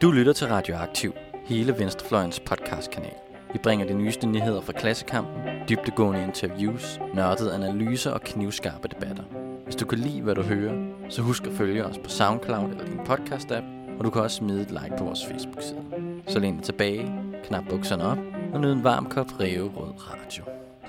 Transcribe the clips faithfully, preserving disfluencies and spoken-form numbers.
Du lytter til Radioaktiv, hele Venstrefløjens podcastkanal. Vi bringer de nyeste nyheder fra Klassekampen, dybdegående interviews, nørdede analyser og knivskarpe debatter. Hvis du kan lide, hvad du hører, så husk at følge os på SoundCloud eller din podcast-app, og du kan også smide et like på vores Facebook-side. Så læn dig tilbage, knap bukserne op og nyd en varm kop ræverød radio.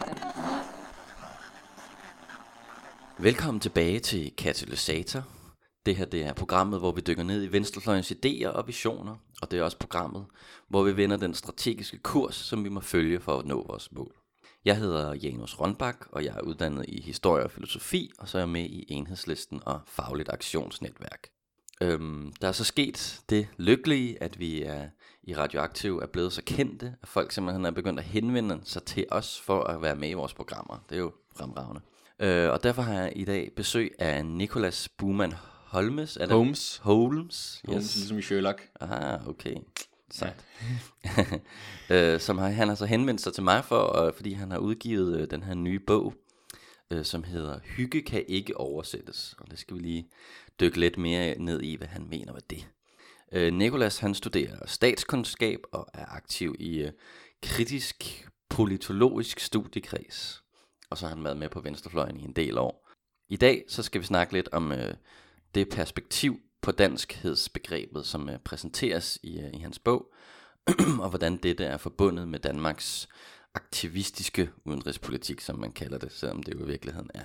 Velkommen tilbage til Katalysator. Det her det er programmet, hvor vi dykker ned i venstrefløjens idéer og visioner, og det er også programmet, hvor vi vender den strategiske kurs, som vi må følge for at nå vores mål. Jeg hedder Janus Rønbak, og jeg er uddannet i historie og filosofi, og så er jeg med i Enhedslisten og Fagligt Aktionsnetværk. Øhm, der er så sket det lykkelige, at vi er i Radioaktiv er blevet så kendte, at folk simpelthen er begyndt at henvende sig til os for at være med i vores programmer. Det er jo fremragende. Øh, og derfor har jeg i dag besøg af Nicholas Buhmann Holmes. Er det? Holmes. Holmes, Holmes, yes. ligesom i Sherlock. Ah, okay. Sejt. øh, som har, han har så henvendt sig til mig for, øh, fordi han har udgivet øh, den her nye bog, øh, som hedder Hygge kan ikke oversættes. Og det skal vi lige dykke lidt mere ned i, hvad han mener med det. Øh, Nicholas, han studerer statskundskab og er aktiv i øh, kritisk politologisk studiekreds. Og så har han været med på venstrefløjen i en del år. I dag så skal vi snakke lidt om øh, det perspektiv på danskhedsbegrebet, som øh, præsenteres i, øh, i hans bog, og hvordan dette er forbundet med Danmarks aktivistiske udenrigspolitik, som man kalder det, selvom det jo i virkeligheden er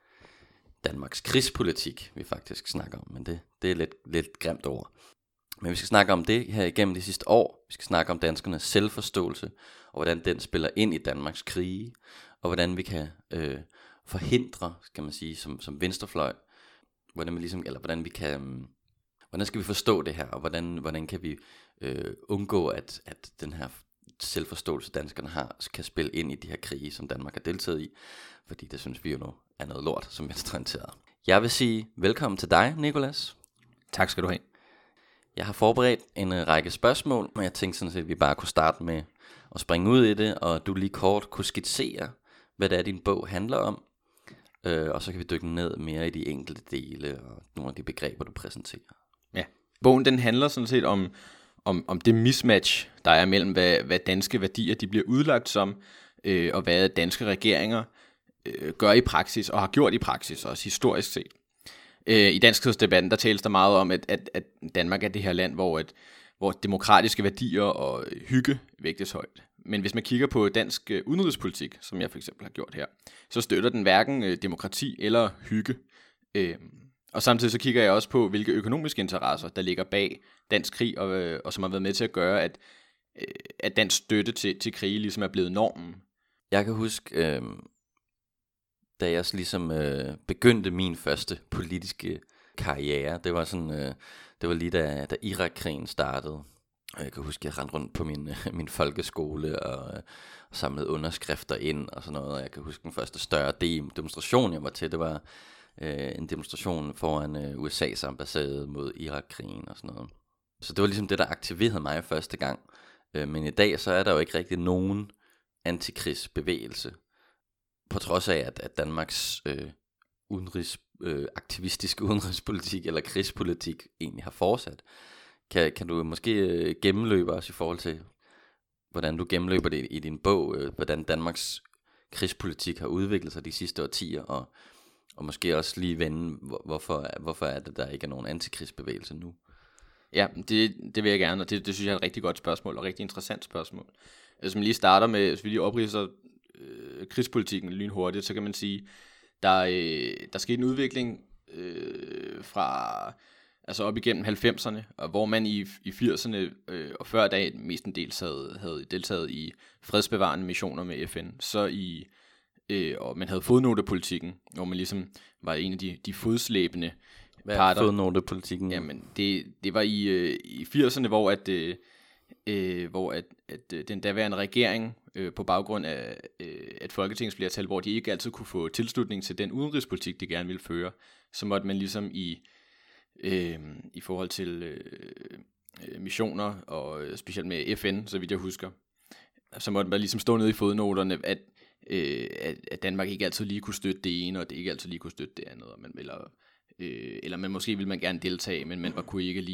Danmarks krigspolitik, vi faktisk snakker om, men det, det er lidt, lidt grimt ord. Men vi skal snakke om det her igennem de sidste år. Vi skal snakke om danskernes selvforståelse, og hvordan den spiller ind i Danmarks krige, og hvordan vi kan øh, forhindre, skal man sige, som, som venstrefløj, hvordan vi ligesom, eller hvordan vi kan, um, hvordan skal vi forstå det her, og hvordan, hvordan kan vi øh, undgå, at, at den her selvforståelse, danskerne har, kan spille ind i de her krige, som Danmark har deltaget i, fordi det synes vi jo nu er noget lort som venstreorienteret. Jeg vil sige velkommen til dig, Nicholas. Tak skal du have. Jeg har forberedt en uh, række spørgsmål, men jeg tænkte sådan set, at vi bare kunne starte med at springe ud i det, og du lige kort kunne skitsere, hvad det er, din bog handler om. Øh, og så kan vi dykke ned mere i de enkelte dele og nogle af de begreber, du præsenterer. Ja, bogen den handler sådan set om, om, om det mismatch, der er mellem, hvad, hvad danske værdier de bliver udlagt som, øh, og hvad danske regeringer øh, gør i praksis, og har gjort i praksis, også historisk set. Øh, I danskhedsdebatten, der tales der meget om, at, at, at Danmark er det her land, hvor, et, hvor demokratiske værdier og hygge vægtes højt. Men hvis man kigger på dansk øh, udenrigspolitik, som jeg for eksempel har gjort her, så støtter den hverken øh, demokrati eller hygge. Øh, og samtidig så kigger jeg også på, hvilke økonomiske interesser, der ligger bag dansk krig, og, øh, og som har været med til at gøre, at, øh, at dansk støtte til, til krige ligesom er blevet normen. Jeg kan huske, øh, da jeg ligesom øh, begyndte min første politiske karriere, det var sådan, øh, det var lige da, da Irak-krigen startede. Og jeg kan huske, at jeg rendte rundt på min, min folkeskole og, og samlede underskrifter ind og sådan noget. Og jeg kan huske, den første større demonstration, jeg var til, det var øh, en demonstration foran øh, U S A's ambassade mod Irak-krigen og sådan noget. Så det var ligesom det, der aktiverede mig første gang. Øh, men i dag, så er der jo ikke rigtig nogen antikrigsbevægelse. På trods af, at, at Danmarks øh, udenrigs, øh, aktivistiske udenrigspolitik eller krigspolitik egentlig har fortsat. Kan, kan du måske øh, gennemløbe os i forhold til, hvordan du gennemløber det i din bog, øh, hvordan Danmarks krigspolitik har udviklet sig de sidste årtier, og, og måske også lige vende, hvor, hvorfor, hvorfor er det, der ikke er nogen antikrigsbevægelse nu? Ja, det, det vil jeg gerne, og det, det synes jeg er et rigtig godt spørgsmål, og et rigtig interessant spørgsmål. Hvis man lige starter med, hvis vi lige opridser øh, krigspolitikken lynhurtigt, så kan man sige, der, øh, der skete en udvikling øh, fra... altså op igennem halvfemserne, og hvor man i, i firserne øh, og før da mestendels havde, havde deltaget i fredsbevarende missioner med F N, så i, øh, og man havde fodnotepolitikken, hvor man ligesom var en af de, de fodslæbende Hvad parter. Hvad er fodnotepolitikken? Jamen, det, det var i, øh, i firserne, hvor at, øh, øh, hvor at, at øh, den daværende regering, øh, på baggrund af øh, et folketingsflertal, hvor de ikke altid kunne få tilslutning til den udenrigspolitik, de gerne ville føre, så måtte man ligesom i Øh, i forhold til øh, missioner, og øh, specielt med F N, så vidt jeg husker, så måtte man ligesom stå nede i fodnoterne, at, øh, at, at Danmark ikke altid lige kunne støtte det ene, og det ikke altid lige kunne støtte det andet, men, eller, øh, eller man måske ville man gerne deltage, men man var, kunne ikke lige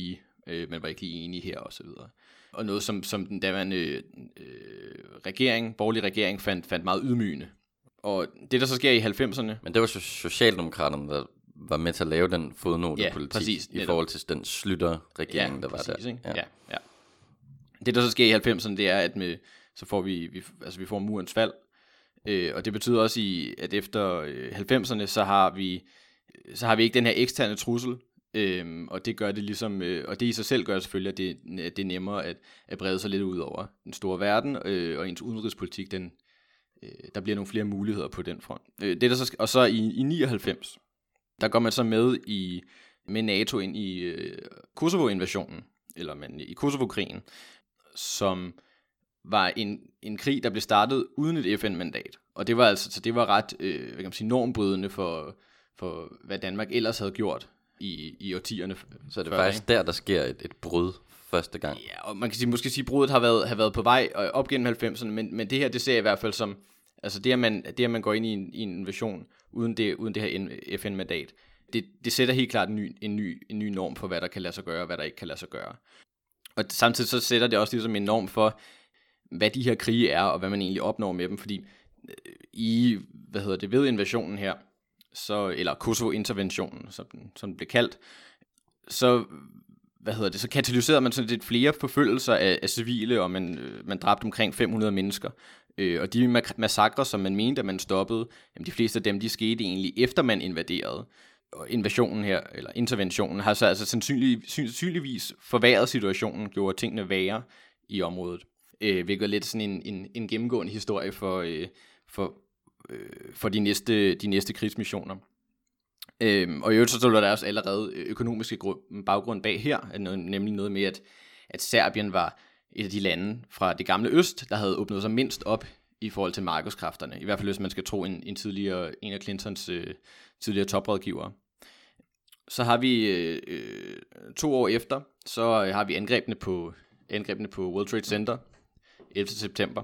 øh, men var ikke lige enige her og så videre. Og noget, som, som den daværende øh, regering, borgerlige regering, fandt, fandt meget ydmygende. Og det, der så sker i halvfemserne... Men det var så Socialdemokraterne, der var med til at lave den fodnotepolitik, ja, præcis, i forhold til den Schlüter-regering, ja, der var præcis, der. Ja. Ja, ja. Det, der så sker i halvfemserne, det er, at med, så får vi, vi, altså vi får murens fald. Øh, og det betyder også, i, at efter øh, halvfemserne, så har vi så har vi ikke den her eksterne trussel. Øhm, og det gør det ligesom, øh, og det i sig selv gør selvfølgelig, at det, at det er nemmere at, at brede sig lidt ud over den store verden, øh, og ens udenrigspolitik, den, øh, der bliver nogle flere muligheder på den front. Øh, det der så, og så i, i nioghalvfems, der går man så med i med NATO ind i øh, Kosovo-invasionen, eller man, i Kosovo-krigen, som var en, en krig, der blev startet uden et F N-mandat. Og det var altså, så det var ret, øh, hvad kan man sige, normbrydende for, for, hvad Danmark ellers havde gjort i, i årtierne. Så det er faktisk der, der sker et, et brud første gang. Ja, og man kan sige, måske sige, at bruddet har været, har været på vej op gennem halvfemserne, men, men det her, det ser jeg i hvert fald som, altså det, at man, det, at man går ind i en, i en invasion uden det, uden det her F N-mandat, det, det sætter helt klart en ny, en, ny, en ny norm for, hvad der kan lade sig gøre, og hvad der ikke kan lade sig gøre. Og samtidig så sætter det også ligesom en norm for, hvad de her krige er, og hvad man egentlig opnår med dem, fordi i, hvad hedder det, ved invasionen her, så, eller Kosovo-interventionen, som den, som den blev kaldt, så, hvad hedder det, så katalyserede man sådan lidt flere forfølgelser af, af civile, og man, man dræbte omkring fem hundrede mennesker. Øh, og de massakrer, som man mente, at man stoppede, jamen de fleste af dem, de skete egentlig efter man invaderede. Og invasionen her, eller interventionen, har så altså sandsynlig, sandsynligvis forværret situationen, gjorde tingene værre i området. Øh, hvilket er lidt sådan en, en, en gennemgående historie for, øh, for, øh, for de, næste, de næste krigsmissioner. Øh, og i øvrigt så stod der også allerede økonomiske baggrund bag her, nemlig noget med, at, at Serbien var et af de lande fra det gamle øst, der havde åbnet sig mindst op i forhold til markedskræfterne. I hvert fald hvis man skal tro en, en, tidligere, en af Clintons øh, tidligere toprådgivere. Så har vi øh, to år efter, så har vi angrebene på, angrebene på World Trade Center ellevte september.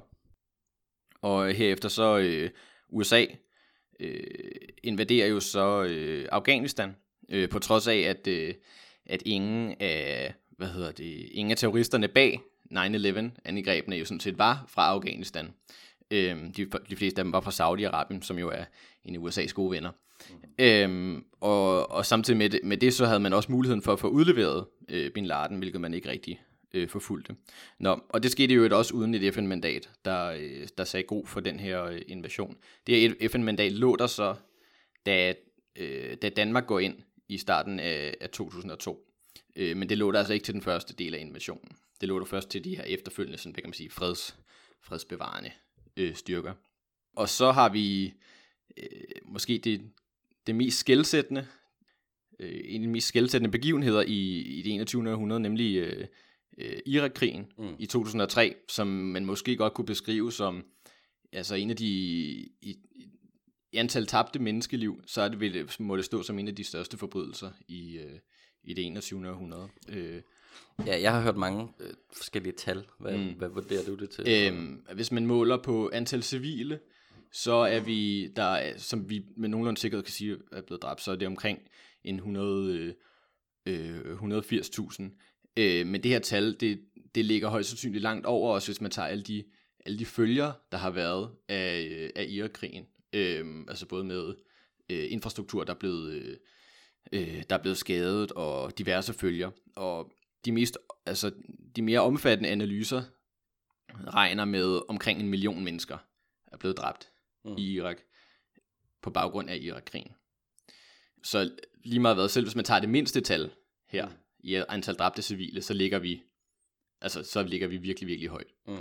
Og herefter så øh, U S A øh, invaderer jo så øh, Afghanistan, øh, på trods af, at, øh, at ingen af, hvad hedder det, ingen af terroristerne bag nine eleven angrebene jo sådan set var fra Afghanistan. Øh, de, de fleste af dem var fra Saudi-Arabien, som jo er en af U S A's gode venner. Mm. Øhm, og, og samtidig med det, med det, så havde man også muligheden for at få udleveret øh, Bin Laden, hvilket man ikke rigtig øh, forfulgte. Nå, og det skete jo også uden et F N-mandat, der, øh, der sagde god for den her øh, invasion. Det her F N-mandat lå der så, da, øh, da Danmark går ind i starten af, af to tusind og to. Øh, men det lå der altså ikke til den første del af invasionen. Det lå der først til de her efterfølgende, sådan, hvad kan man sige, freds, fredsbevarende øh, styrker. Og så har vi øh, måske det, det mest skelsættende, øh, en af de mest skelsættende begivenheder i, i det enogtyvende århundrede, nemlig øh, øh, Irakkrigen mm. i to tusind og tre, som man måske godt kunne beskrive som altså en af de i, i antal tabte menneskeliv, så er det, må det stå som en af de største forbrydelser i, øh, i det enogtyvende århundrede. Øh, Ja, jeg har hørt mange øh, forskellige tal. Hvad, mm. hvad vurderer du det til? Øhm, hvis man måler på antal civile, så er vi, der er, som vi med nogenlunde sikkerhed kan sige, er blevet dræbt, så er det omkring en hundrede, øh, et hundrede og firs tusind. Øh, men det her tal, det, det ligger højst sandsynligt langt over os, hvis man tager alle de, alle de følger, der har været af, af Irakkrigen. Øh, altså både med øh, infrastruktur, der er blevet, øh, der er blevet skadet, og diverse følger. Og de mest, altså de mere omfattende analyser regner med omkring en million mennesker er blevet dræbt mm. i Irak på baggrund af Irakkrigen. Så lige meget hvad, selv hvis man tager det mindste tal her mm. i antal dræbte civile, så ligger vi altså så ligger vi virkelig virkelig højt. Mm.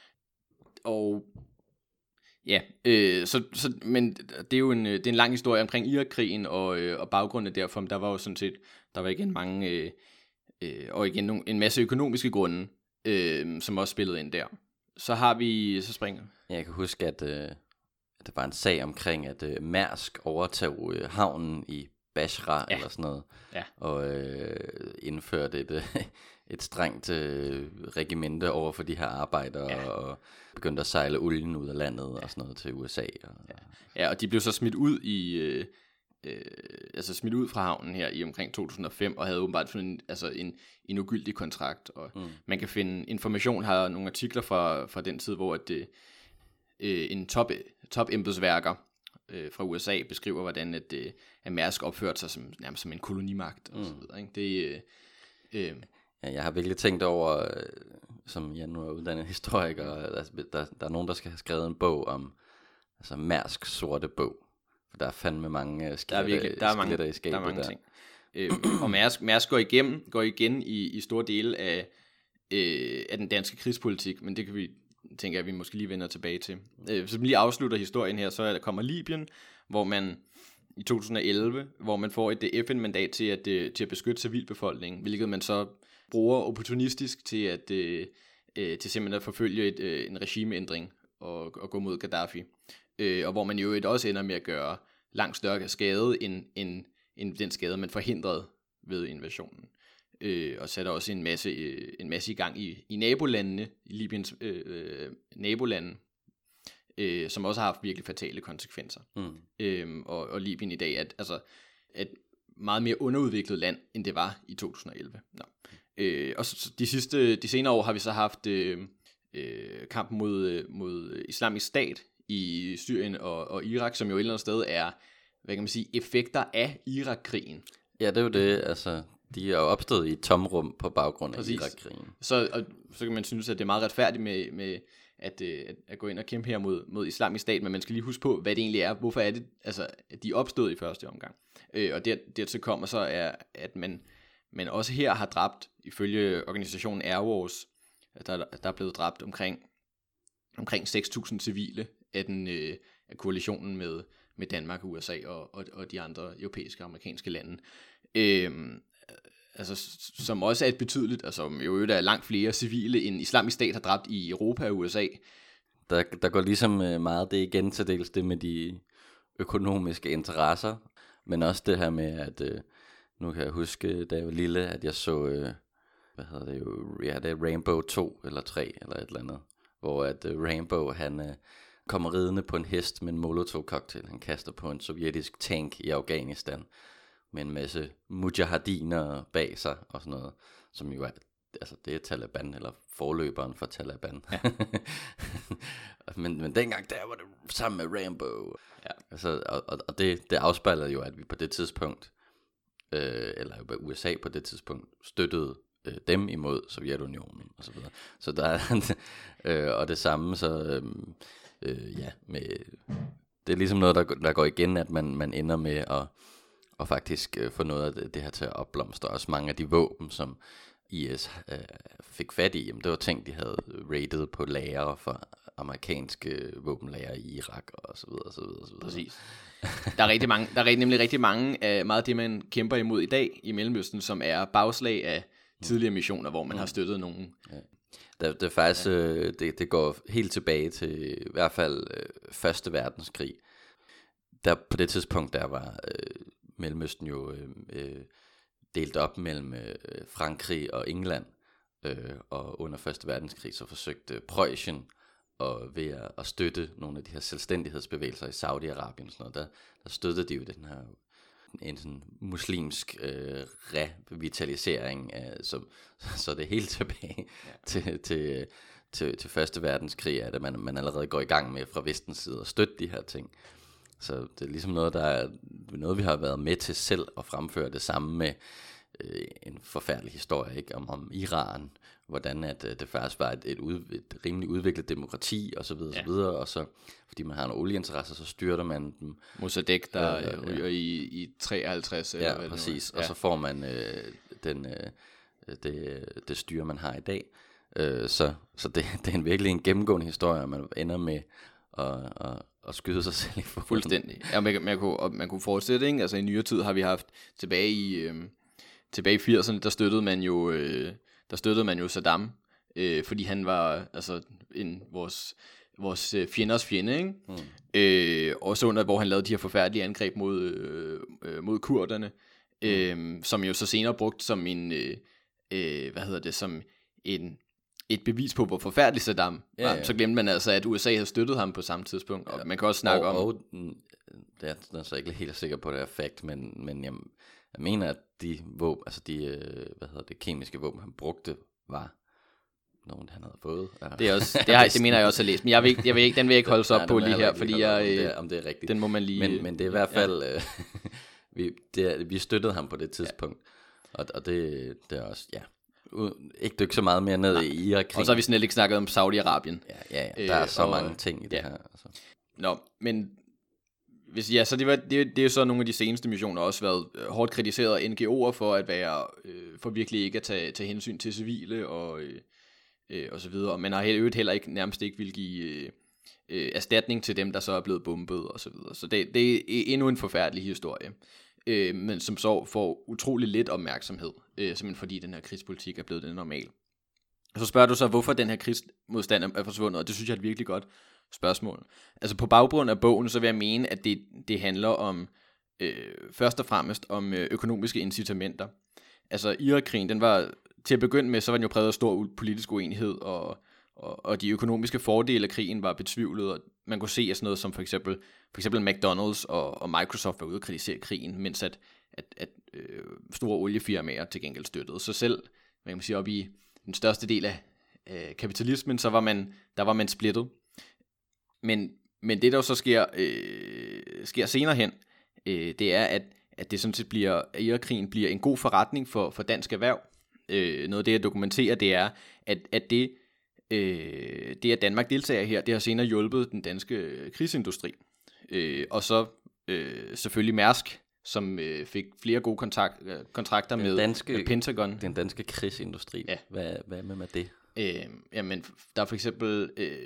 Og ja, øh, så, så men det er jo en det er en lang historie omkring Irakkrigen og øh, og baggrunden derfor, der var jo sådan set der var igen mange øh, Øh, og igen nogle, en masse økonomiske grunde, øh, som også spillede ind der. Så har vi, så springer. Jeg kan huske, at, øh, at der var en sag omkring, at øh, Mærsk overtog øh, havnen i Basra ja. eller sådan noget, ja. og øh, indførte et, øh, et strengt øh, regimente over for de her arbejdere, ja. og begyndte at sejle olien ud af landet ja. og sådan noget til U S A. Og, ja. ja, og de blev så smidt ud i... Øh, øh, altså smidt ud fra havnen her i omkring to tusind og fem, og havde åbenbart fundet en, altså en, en ugyldig kontrakt. Og mm. man kan finde information, har nogle artikler fra, fra den tid, hvor at det, øh, en top, top embedsværker øh, fra U S A beskriver, hvordan at, øh, at Mærsk opførte sig som, nærmest som en kolonimagt. Og mm. så videre, ikke? Det, øh, øh, ja, jeg har virkelig tænkt over, øh, som jeg nu er uddannet historiker, altså, der, der er nogen, der skal have skrevet en bog om altså Mærsk sorte bog. For der er fandme mange uh, skeletter, der er virkelig, der er mange, i skabet. Der er mange der. ting. Øh, og Mærsk, Mærsk går, igennem, går igen i, i store dele af, øh, af den danske krigspolitik, men det kan vi, tænker jeg, vi måske lige vender tilbage til. Øh, så vi lige afslutter historien her, så er der kommer Libyen, hvor man i to tusind og elleve, hvor man får et F N-mandat til at, til at beskytte civilbefolkningen, hvilket man så bruger opportunistisk til at øh, til simpelthen at forfølge et, øh, en regimeændring og, og gå mod Gaddafi. Øh, og hvor man jo et også ender med at gøre langt større skade end, end, end den skade, man forhindrede ved invasionen. Øh, og sætter også en masse, øh, en masse i gang i, i nabolandene, i Libyens øh, nabolande, øh, som også har haft virkelig fatale konsekvenser. Mm. Øh, og, og Libyen i dag er altså, et meget mere underudviklet land, end det var i to tusind og elleve. Nå. Øh, og så, de sidste, de senere år har vi så haft øh, øh, kampen mod, mod Islamisk Stat i Syrien og, og Irak, som jo et eller andet sted er, hvad kan man sige, effekter af Irak-krigen. Ja, det er jo det, altså, de er jo opstået i et tomrum på baggrund af Præcis. Irak-krigen. Så, og, så kan man synes, at det er meget retfærdigt med, med at, at, at gå ind og kæmpe her mod, mod Islamisk Stat, men man skal lige huske på, hvad det egentlig er, hvorfor er det, altså, at de er opstået i første omgang. Øh, og der, dertil kommer så, er, at man, man også her har dræbt, ifølge organisationen Air Wars, at der, der er blevet dræbt omkring, omkring seks tusind civile af, den, øh, af koalitionen med, med Danmark, U S A og, og, og de andre europæiske og amerikanske lande. Øhm, altså, som også er et betydeligt, altså jo der er langt flere civile end Islamisk Stat har dræbt i Europa og U S A. Der, der går ligesom meget det igen til dels det med de økonomiske interesser, men også det her med, at øh, nu kan jeg huske, da jeg var lille, at jeg så, øh, hvad hedder det jo, ja, det er Rainbow to eller tre eller et eller andet, hvor at øh, Rainbow, han øh, kommer ridende på en hest med en molotov-cocktail, han kaster på en sovjetisk tank i Afghanistan, med en masse mujahediner bag sig og sådan noget, som jo er, altså det er Taliban, eller forløberen for Taliban. Ja. men, men dengang der var det sammen med Rainbow. Ja. Altså, og og det, det afspejler jo, at vi på det tidspunkt, øh, eller U S A på det tidspunkt, støttede øh, dem imod Sovjetunionen og så videre. Så der er, øh, og det samme så, øh, øh, ja, med, det er ligesom noget, der, der går igen, at man, man ender med at og faktisk øh, få noget af det, det her til at opblomstre. Også mange af de våben, som I S øh, fik fat i, jamen, det var ting, de havde rated på lager for amerikanske våbenlager i Irak og så videre, og så videre, og så videre. Præcis. Der er, rigtig mange, der er nemlig rigtig mange af meget af det, man kæmper imod i dag i Mellemøsten, som er bagslag af tidligere missioner, hvor man mm. har støttet nogen. Ja. Det, det er faktisk, ja. øh, det, det går helt tilbage til i hvert fald øh, Første Verdenskrig. Der på det tidspunkt, der var øh, Mellemøsten jo øh, øh, delt op mellem øh, Frankrig og England, øh, og under Første Verdenskrig så forsøgte Preussen og ved at, at støtte nogle af de her selvstændighedsbevægelser i Saudi-Arabien og sådan noget, der, der støttede de jo den her en sådan muslimsk øh, revitalisering af, så, så det er helt tilbage ja. til, til, til, til Første Verdenskrig, at man, man allerede går i gang med fra vestens side at støtte de her ting. Så det er ligesom noget, der er noget, vi har været med til selv at fremføre. Det samme med øh, en forfærdelig historie, ikke, om, om Iran, hvordan at øh, det faktisk var et, et, ud, et rimelig udviklet demokrati og så videre, ja. så videre, og så fordi man har en olieinteresse, så styrter man dem. Mossadegh, der øh, ryger ja. i, i treoghalvtreds. Ja, eller præcis. Ja. Og så får man øh, den, øh, det, det styre, man har i dag. Øh, så så det, det er en virkelig en gennemgående historie, og man ender med at, at, at skyde sig selv i foden. Fuldstændig. Ja, man, man, kunne, man kunne fortsætte, ikke? Altså i nyere tid har vi haft tilbage i øh, tilbage i firserne, der støttede man jo øh, der støttede man jo Saddam, øh, fordi han var altså en vores vores øh, fjenders fjende, ikke? Mm. Øh, også under hvor han lavede de her forfærdelige angreb mod øh, øh, mod kurderne, øh, mm. som jo så senere brugt som en øh, øh, hvad hedder det som en et bevis på, hvor forfærdelig Saddam Ja, var. ja. Så glemte man altså, at U S A havde støttet ham på samme tidspunkt. Og man kan også snakke og, om... Og, mm, det er jeg så ikke helt sikker på, det er fakt, men, men jeg, jeg mener, at de våben, altså de, øh, hvad hedder det, kemiske våben, han brugte, var nogen, han havde fået. Det, er også, det, har, det mener jeg også at læse, men jeg vil ikke, jeg vil ikke, den vil jeg ikke holde sig op Nej, på den lige vil jeg her, ikke fordi lige holde jeg, op, om det er- om det er rigtigt. den må man lige... Men, men det er i hvert fald, ja. øh, vi, det er, vi støttede ham på det tidspunkt, ja. og, og det, det er også, ja, u- ikke dykke så meget mere ned Nej. i Irak-krigen. Og så har vi snart ikke snakket om Saudi-Arabien. Ja, ja, ja, der er Øh, så og- mange ting i det ja. her. Altså. Nå, men hvis, ja, så det, var, det, det er jo så nogle af de seneste missioner også været øh, hårdt kritiseret af N G O'er for at være, øh, for virkelig ikke at tage, tage hensyn til civile og, øh, øh, og så videre. Og man har i øvrigt heller ikke, nærmest ikke vil give øh, øh, erstatning til dem, der så er blevet bombet og så videre. Så det, det er endnu en forfærdelig historie, øh, men som så får utrolig lidt opmærksomhed, øh, simpelthen fordi den her krigspolitik er blevet den normale. Og så spørger du så, hvorfor den her krigsmodstand er forsvundet, og det synes jeg er et virkelig godt spørgsmål. Altså på baggrund af bogen, så vil jeg mene, at det, det handler om, øh, først og fremmest om øh, økonomiske incitamenter. Altså Irak-krigen, den var, til at begynde med, så var den jo præget af stor politisk uenighed, og, og, og de økonomiske fordele af krigen var betvivlet, og man kunne se at sådan noget som for eksempel, for eksempel McDonald's og, og Microsoft var ude at kritisere krigen, mens at, at, at øh, store oliefirmaer til gengæld støttede. Så selv, hvad kan man sige, op i den største del af øh, kapitalismen, så var man, der var man splittet. Men, men det der jo så sker, øh, sker senere hen, øh, det er, at, at det sådan set bliver, at Irakkrigen bliver en god forretning for, for dansk erhverv. Øh, noget af det, jeg dokumenterer, det er, at, at det, øh, det, at Danmark deltager her, det har senere hjulpet den danske krigsindustri. Øh, og så øh, selvfølgelig Mærsk, som øh, fik flere gode kontakt, øh, kontrakter med, danske, med Pentagon. Den danske krigsindustri, Ja. hvad, hvad med, med det? Øh, jamen, der er for eksempel... Øh,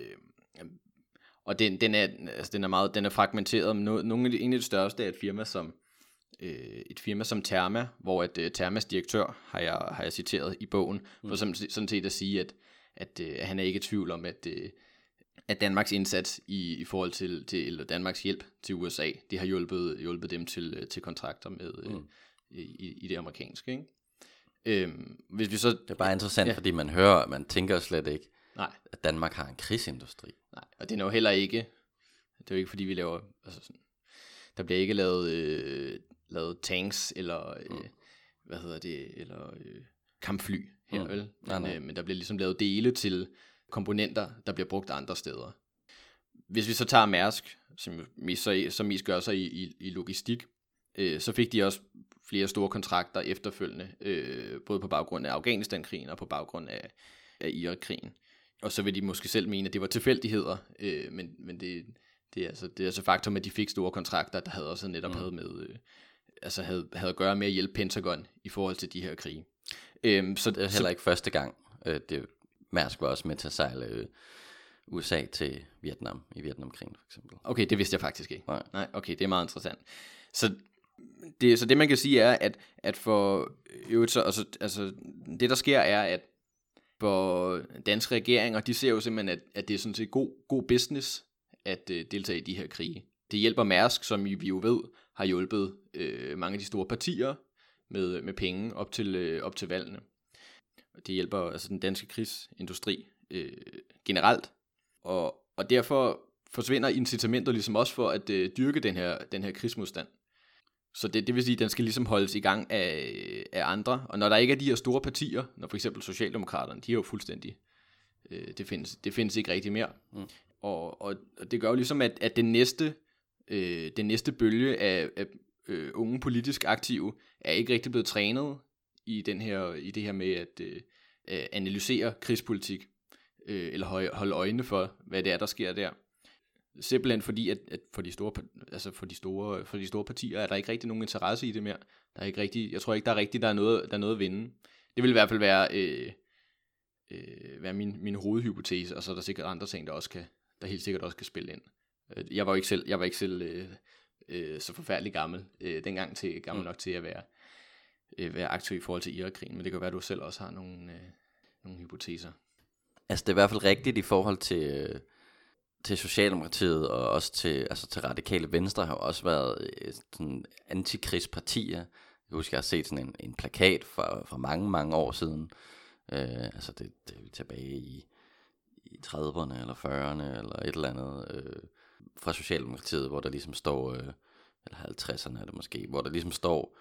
Og den, den, er, altså den er meget, den er fragmenteret. No, nogle af de, en af de største er et firma som øh, et firma som Therma, hvor at uh, Thermas direktør har jeg har jeg citeret i bogen, mm. for sådan, sådan set at sige at at, uh, at han er ikke i tvivl om at uh, at Danmarks indsats i i forhold til til eller Danmarks hjælp til U S A, det har hjulpet hjulpet dem til til kontrakter med mm. uh, i, i det amerikanske, ikke? Øhm, hvis vi så Det er bare interessant, ja. fordi man hører, man tænker jo slet ikke, nej. at Danmark har en krigsindustri. Nej, og det er jo heller ikke, det er jo ikke fordi vi laver, altså sådan, der bliver ikke lavet, øh, lavet tanks, eller, øh, mm. hvad hedder det, eller øh, kampfly her, Mm. vel? Men, Nej, nej. øh, men der bliver ligesom lavet dele til komponenter, der bliver brugt andre steder. Hvis vi så tager Mærsk, som mest, så, som mest gør sig i, i, i logistik, øh, så fik de også flere store kontrakter efterfølgende, øh, både på baggrund af Afghanistan-krigen og på baggrund af, af Irak-krigen. Og så vil de måske selv mene, at det var tilfældigheder, øh, men, men det, det, er altså, det er altså faktum, at de fik store kontrakter, der havde også netop mm. havde med, øh, altså havde, havde at gøre med at hjælpe Pentagon i forhold til de her krige. Øhm, så, Det er heller så, ikke første gang. Øh, det, Mærsk var også med til at sejle øh, U S A til Vietnam, i Vietnamkrigen for eksempel. Okay, det vidste jeg faktisk ikke. Nej. Nej, okay, det er meget interessant. Så det, så det man kan sige er, at, at for øvrigt så, altså, altså, det der sker er, at for danske regeringer, de ser jo simpelthen, at, at det er sådan set god, god business at uh, deltage i de her krige. Det hjælper Mærsk, som vi jo ved, har hjulpet uh, mange af de store partier med, med penge op til, uh, op til valgene. Det hjælper altså den danske krigsindustri uh, generelt, og, og derfor forsvinder incitamenter ligesom også for at uh, dyrke den her, den her krigsmodstand. Så det, det vil sige, at den skal ligesom holdes i gang af, af andre. Og når der ikke er de her store partier, når for eksempel Socialdemokraterne, de er jo fuldstændig, øh, det, findes, det findes ikke rigtig mere. Mm. Og, og, og det gør jo ligesom, at, at den, næste, øh, den næste bølge af, af øh, unge politisk aktive er ikke rigtig blevet trænet i, den her, i det her med at øh, analysere krigspolitik, øh, eller holde øjnene for, hvad det er, der sker der. Simpelthen fordi, at, at for, de store, altså for, de store, for de store partier er der ikke rigtig nogen interesse i det mere. Der er ikke rigtig, jeg tror ikke, der er rigtig, der er noget, der er noget at vinde. Det vil i hvert fald være, øh, øh, være min, min hovedhypotese, og så er der sikkert andre ting, der, også kan, der helt sikkert også kan spille ind. Jeg var jo ikke selv, jeg var ikke selv øh, øh, så forfærdelig gammel, øh, dengang til, gammel nok til at være, øh, være aktiv i forhold til Irak-krigen, men det kan være, at du selv også har nogle, øh, nogle hypoteser. Altså det er i hvert fald rigtigt i forhold til... Øh til Socialdemokratiet og også til, altså til Radikale Venstre har jo også været øh, sådan antikrigspartier. Jeg husker, jeg har set sådan en, en plakat fra, fra mange, mange år siden, Øh, altså det, det er tilbage i, i trediverne eller fyrrerne eller et eller andet øh, fra Socialdemokratiet, hvor der ligesom står, øh, eller halvtredserne er det måske, hvor der ligesom står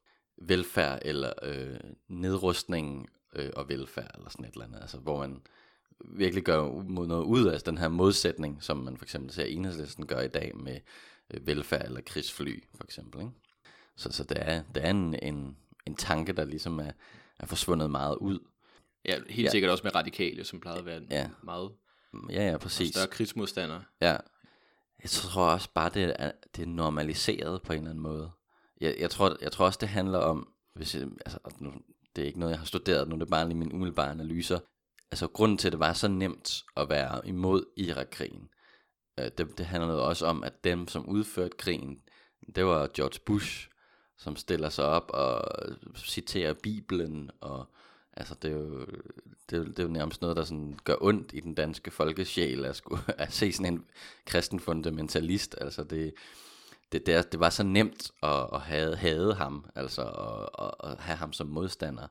velfærd eller øh, nedrustning øh, og velfærd eller sådan et eller andet, altså hvor man virkelig gør noget ud af den her modsætning, som man for eksempel ser Enhedslisten gør i dag med øh, velfærd eller krigsfly for eksempel, ikke? Så, så det er, det er en, en, en tanke, der ligesom er, er forsvundet meget ud. Ja, helt ja. Sikkert også med radikale, som plejede at være ja. meget ja, ja, præcis. større krigsmodstandere. Ja, jeg tror også bare, det er, det er normaliseret på en eller anden måde. Jeg, jeg, tror, jeg tror også, det handler om, hvis jeg, altså, nu, det er ikke noget, jeg har studeret, nu det er bare lige mine umiddelbare analyser. Altså grunden til, at det var så nemt at være imod Irak-krigen, øh, det, det handler også om, at dem, som udførte krigen, det var George Bush, som stiller sig op og citerer Bibelen, og altså det er jo, det er, det er jo nærmest noget, der sådan gør ondt i den danske folkesjæl, at, skulle, at se sådan en kristen fundamentalist. Altså det, det, det, det var så nemt at, at have, have ham, altså at, at have ham som modstander.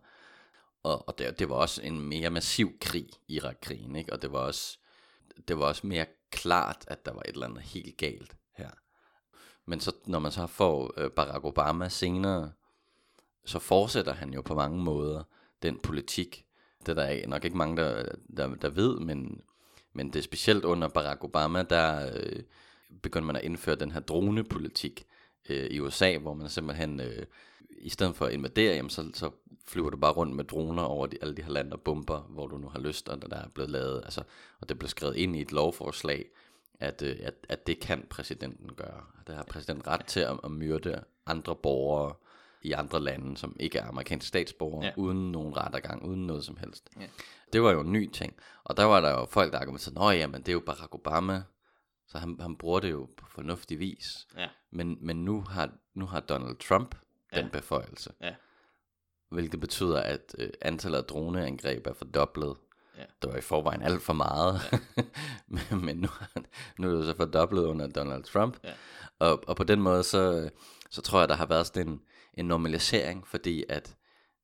Og, og det, det var også en mere massiv krig, Irak-krigen, ikke? Og det var også, det var også mere klart, at der var et eller andet helt galt her. Men så, når man så får øh, Barack Obama senere, så fortsætter han jo på mange måder den politik. Det er der nok ikke mange, der, der, der ved, men, men det er specielt under Barack Obama, der øh, begynder man at indføre den her dronepolitik øh, i U S A, hvor man simpelthen, øh, i stedet for at invadere, jamen, så, så flyver du bare rundt med droner over de, alle de her lande og bomber, hvor du nu har lyst, og der er blevet lavet, altså, og det blev skrevet ind i et lovforslag, At, øh, at, at det kan præsidenten gøre. Det har præsidenten ret til at, at myrde andre borgere i andre lande, som ikke er amerikanske statsborgere, ja. Uden nogen rettergang, uden noget som helst. Ja. Det var jo en ny ting. Og der var der jo folk, der argumenterede, nå ja, men det er jo Barack Obama, så han, han bruger det jo på fornuftig vis. Ja. Men, men nu, har, nu har Donald Trump ja. den beføjelse. Ja. Hvilket betyder, at øh, antallet af droneangreb er fordoblet. Ja. Det var i forvejen alt for meget, ja. men, men nu, nu er det jo så fordoblet under Donald Trump, ja. og, og på den måde, så, så tror jeg, der har været sådan en, en normalisering, fordi at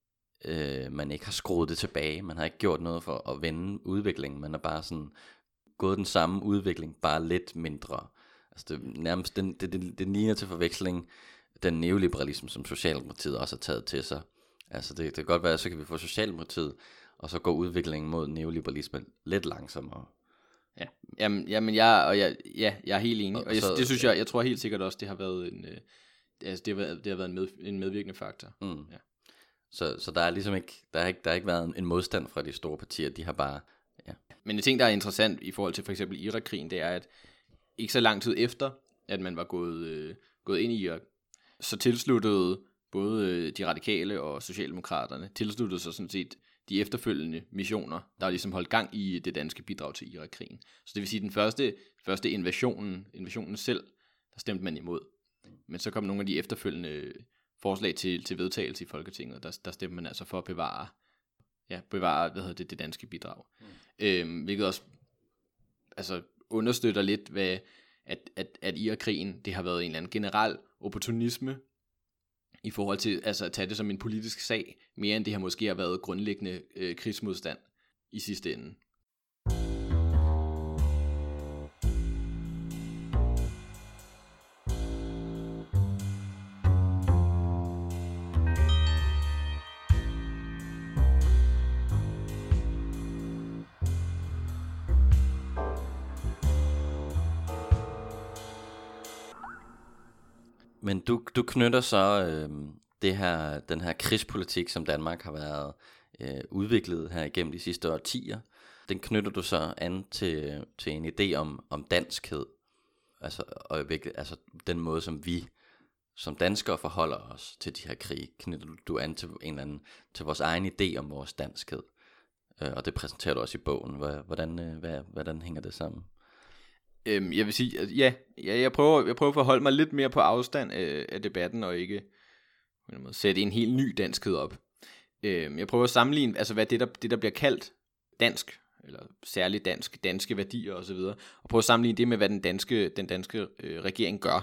øh, man ikke har skruet det tilbage, man har ikke gjort noget for at vende udviklingen, man har bare sådan gået den samme udvikling, bare lidt mindre. Altså det, nærmest, den, det, det, det ligner til forveksling den neoliberalisme, som Socialdemokratiet også har taget til sig. Altså det, det kan godt være, så kan vi få Socialdemokratiet, og så går udviklingen mod neoliberalisme lidt langsommere. Ja, jamen, jamen jeg, og jeg, ja, jeg er helt enig, og, og jeg, så, det synes jeg, jeg tror helt sikkert også, det har været en, øh, altså det har været, det har været en, med, en medvirkende faktor. Mm. Ja. Så, så der er ligesom ikke, der har ikke, der har ikke været en modstand fra de store partier, de har bare, ja. Men en ting, der er interessant i forhold til for eksempel Irak-krigen, det er, at ikke så lang tid efter, at man var gået, øh, gået ind i Irak, så tilsluttede både øh, de radikale og socialdemokraterne, tilsluttede sig sådan set de efterfølgende missioner, der har ligesom holdt gang i det danske bidrag til Irak-krigen. Så det vil sige, den første, første invasionen, invasionen selv, der stemte man imod. Men så kom nogle af de efterfølgende forslag til, til vedtagelse i Folketinget, og der, der stemte man altså for at bevare, ja, bevare hvad hedder det, det danske bidrag. Mm. Øhm, hvilket også altså, understøtter lidt, hvad, at, at, at Irak-krigen, det har været en eller anden generel opportunisme, i forhold til altså at tage det som en politisk sag, mere end det har måske har været grundlæggende øh, krigsmodstand i sidste ende. Men du, du knytter så øh, det her, den her krigspolitik, som Danmark har været øh, udviklet her igennem de sidste årtier, den knytter du så an til, til en idé om, om danskhed. Altså, og, altså den måde, som vi som danskere forholder os til de her krig, knytter du, du an til, en eller anden, til vores egen idé om vores danskhed. Øh, og det præsenterer du også i bogen. Hvordan, øh, hvad, hvordan hænger det sammen? Øhm, jeg vil sige, at ja, ja jeg, prøver, jeg prøver at forholde mig lidt mere på afstand af, af debatten, og ikke på en måde, sætte en helt ny danskhed op. Øhm, jeg prøver at sammenligne, altså hvad det der, det der bliver kaldt dansk, eller særligt dansk, danske værdier osv., og prøve at sammenligne det med, hvad den danske, den danske øh, regering gør.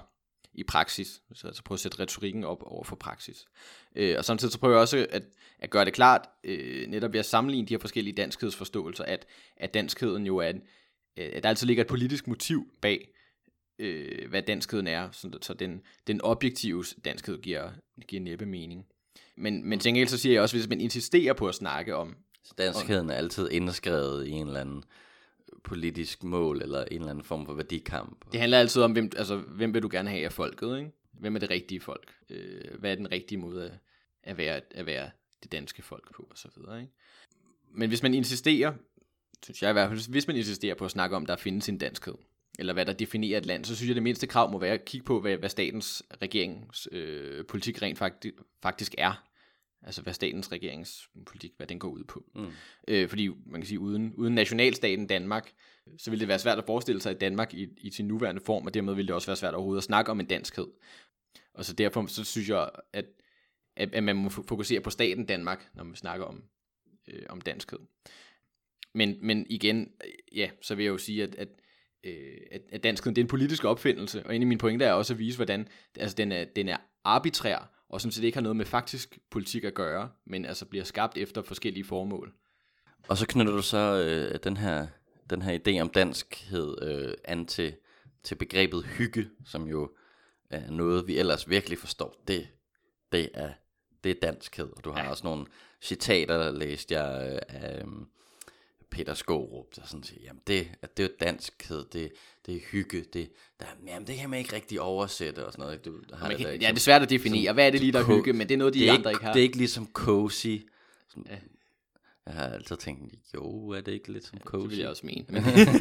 i praksis. Så altså prøve at sætte retorikken op over for praksis. Øh, og samtidig så prøver jeg også at, at gøre det klart, øh, netop ved at sammenligne de her forskellige danskhedsforståelser, at, at danskheden jo er, at der altid ligger et politisk motiv bag, øh, hvad danskheden er, så, så den, den objektive danskhed giver, giver næppe mening. Men, men til gengæld så siger jeg også, hvis man insisterer på at snakke om... Så danskheden er altid indskrevet i en eller anden politisk mål, eller en eller anden form for værdikamp. Det handler altid om, hvem, altså, hvem vil du gerne have af folket, ikke? Hvem er det rigtige folk? Øh, hvad er den rigtige måde at, at, være, at være det danske folk på, og så videre, ikke? Men hvis man insisterer, synes jeg i hvert fald, hvis man insisterer på at snakke om, der findes en danskhed, eller hvad der definerer et land, så synes jeg, det mindste krav må være at kigge på, hvad, hvad statens regerings øh, politik rent faktisk, faktisk er. Altså hvad statens regeringspolitik, hvad den går ud på. Mm. Øh, fordi man kan sige, uden, uden nationalstaten Danmark, så ville det være svært at forestille sig i Danmark i, i sin nuværende form, og dermed ville det også være svært overhovedet at snakke om en danskhed. Og så derfor så synes jeg, at, at, at man må fokusere på staten Danmark, når man snakker om, øh, om danskhed. Men, men igen, ja, så vil jeg jo sige, at, at, at, at danskheden det er en politisk opfindelse, og en af mine pointer er også at vise, hvordan altså, den, er, den er arbitrær, og sådan set ikke har noget med faktisk politik at gøre, men altså bliver skabt efter forskellige formål. Og så knytter du så øh, den her den her idé om danskhed øh, an til, til begrebet hygge, som jo er noget, vi ellers virkelig forstår. Det, det, er, det er danskhed. Og du har ja. også nogle citater, der læste jeg øh, af øh, Peter Skaarup, der sådan siger, jamen det, at det er danskhed, det, det er hygge, det, der, jamen det kan man ikke rigtig oversætte og sådan noget. Du, der har det kan, der, ja, det er svært at definere, som, hvad er det lige, der er hygge, men det er noget, de andre ikke har. Det er ikke ligesom cozy. Sådan, ja. Jeg har altid tænkt, jo, er det ikke lidt som cozy? Det vil jeg også mene.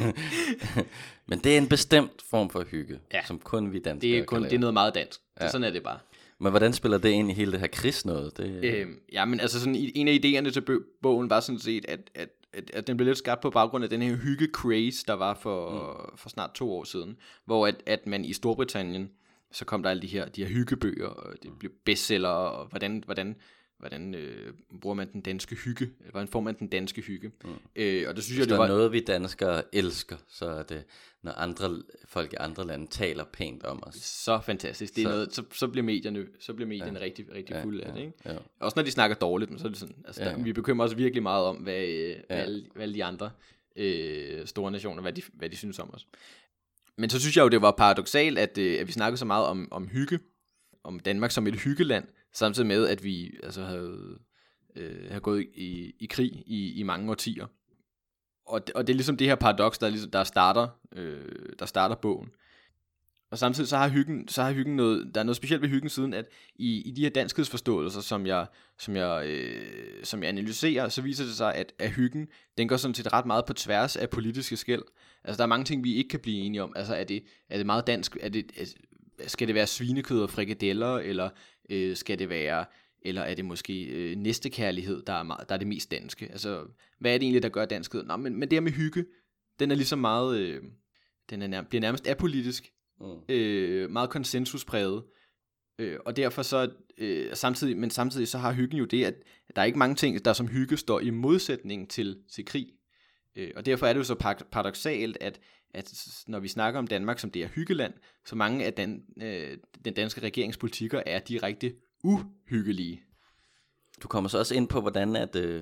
Men det er en bestemt form for hygge, ja. som kun vi danskere det er, kun, det er noget meget dansk. Ja. Det, sådan er det bare. Men hvordan spiller det ind i hele det her kris noget? Det... Øhm, ja, men altså sådan, en af idéerne til bogen var sådan set, at, at, at, at den blev lidt skabt på baggrund af den her hygge-craze, der var for, mm. for snart to år siden, hvor at, at man i Storbritannien, så kom der alle de her, de her hyggebøger, og det blev bestseller, og hvordan... hvordan Hvordan øh, bruger man den danske hygge? Hvordan får man den danske hygge? Mm. Øh, og det synes Hvis jeg, det der var er noget, vi danskere elsker, så er det, når andre folk i andre lande taler pænt om os. Så fantastisk. Det er så, noget, så, så bliver medierne, så bliver medierne ja. rigtig, rigtig ja, fulde af det. Ikke? Ja, ja. Også når de snakker dårligt, men så er det sådan, altså, ja, ja. Der, vi bekymrer os virkelig meget om, hvad, øh, ja. hvad, alle, hvad alle de andre øh, store nationer, hvad de, hvad de synes om os. Men så synes jeg jo, det var paradoksalt, at, øh, at vi snakkede så meget om, om hygge, om Danmark som et hyggeland, samtidig med, at vi altså havde, øh, havde gået i, i krig i, i mange årtier. Og det, og det er ligesom det her paradoks, der, ligesom, der, starter, øh, der starter bogen. Og samtidig så har hyggen, så har hyggen noget, der er noget specielt ved hyggen siden, at i, i de her danskhedsforståelser, som jeg, som, jeg, øh, som jeg analyserer, så viser det sig, at, at hyggen, den går sådan set ret meget på tværs af politiske skel. Altså der er mange ting, vi ikke kan blive enige om. Altså er det, er det meget dansk, er det... Er, skal det være svinekød og frikadeller, eller øh, skal det være, eller er det måske øh, næstekærlighed, der er, meget, der er det mest danske? Altså, hvad er det egentlig, der gør danskhed? Nå, men, men det her med hygge, den er ligesom meget, øh, den er nærmest, bliver nærmest apolitisk, mm. øh, meget konsensuspræget, øh, og derfor så, øh, samtidig, men samtidig så har hyggen jo det, at der er ikke mange ting, der som hygge står i modsætning til, til krig, øh, og derfor er det jo så paradoksalt, at at når vi snakker om Danmark som det her hyggeland, så mange af den, øh, den danske regeringspolitikker er direkte uhyggelige. Du kommer så også ind på, hvordan at, øh,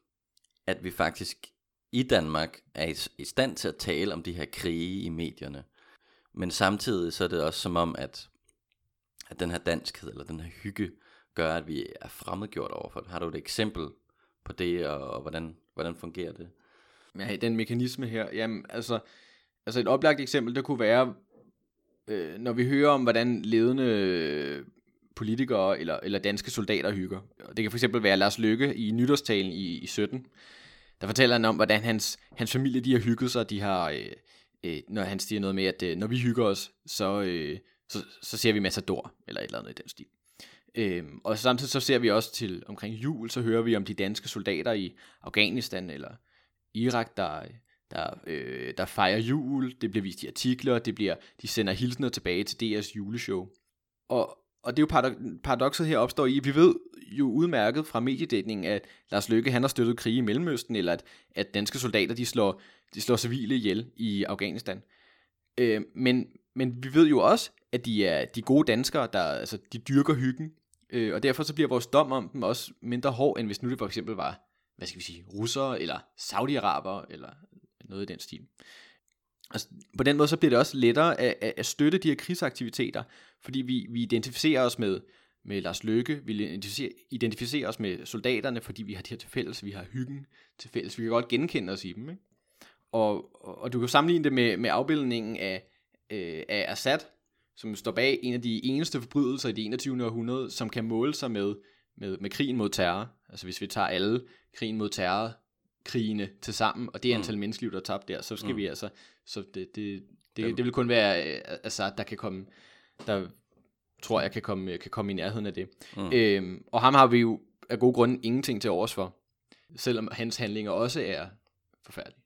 at vi faktisk i Danmark er i, i stand til at tale om de her krige i medierne. Men samtidig så er det også som om, at, at den her danskhed eller den her hygge gør, at vi er fremmedgjort overfor det. Har du et eksempel på det, og, og hvordan, hvordan fungerer det? Ja, den mekanisme her, jamen altså... Altså et oplagt eksempel, det kunne være, øh, når vi hører om, hvordan ledende politikere eller, eller danske soldater hygger. Det kan for eksempel være Lars Løkke i nytårstalen i, i sytten. Der fortæller han om, hvordan hans, hans familie de har hygget sig. De har, øh, øh, når han siger noget med, at øh, når vi hygger os, så, øh, så, så ser vi Matador, eller et eller andet i den stil. Øh, og samtidig så ser vi også til omkring jul, så hører vi om de danske soldater i Afghanistan eller Irak, der... Der, øh, der fejrer jul, det bliver vist i artikler, det bliver, de sender hilsener tilbage til D R's juleshow. Og, og det er jo paradok- paradokset her opstår i, vi ved jo udmærket fra mediedækningen, at Lars Løkke han har støttet krige i Mellemøsten, eller at, at danske soldater de slår, de slår civile ihjel i Afghanistan. Øh, men, men vi ved jo også, at de er de gode danskere, der altså, de dyrker hyggen, øh, og derfor så bliver vores dom om dem også mindre hård, end hvis nu det for eksempel var, hvad skal vi sige, russere, eller saudiarabere, eller noget i den stil. Altså, på den måde så bliver det også lettere at, at, at støtte de her krigsaktiviteter, fordi vi, vi identificerer os med, med Lars Løkke, vi identificerer, identificerer os med soldaterne, fordi vi har de her til fælles, vi har hyggen til fælles, vi kan godt genkende os i dem, ikke? Og, og, og du kan sammenligne det med, med afbildningen af, øh, af Assad, som står bag en af de eneste forbrydelser i det enogtyvende århundrede, som kan måle sig med, med, med krigen mod terror. Altså hvis vi tager alle krigen mod terror, krigene til sammen, og det antal mm. menneskeliv, der er tabt der, så skal mm. vi altså, så det, det, det, det vil kun være Assad, der kan komme, der tror jeg kan komme, kan komme i nærheden af det. Mm. Øhm, og ham har vi jo af gode grunde ingenting til overs for, selvom hans handlinger også er forfærdelige.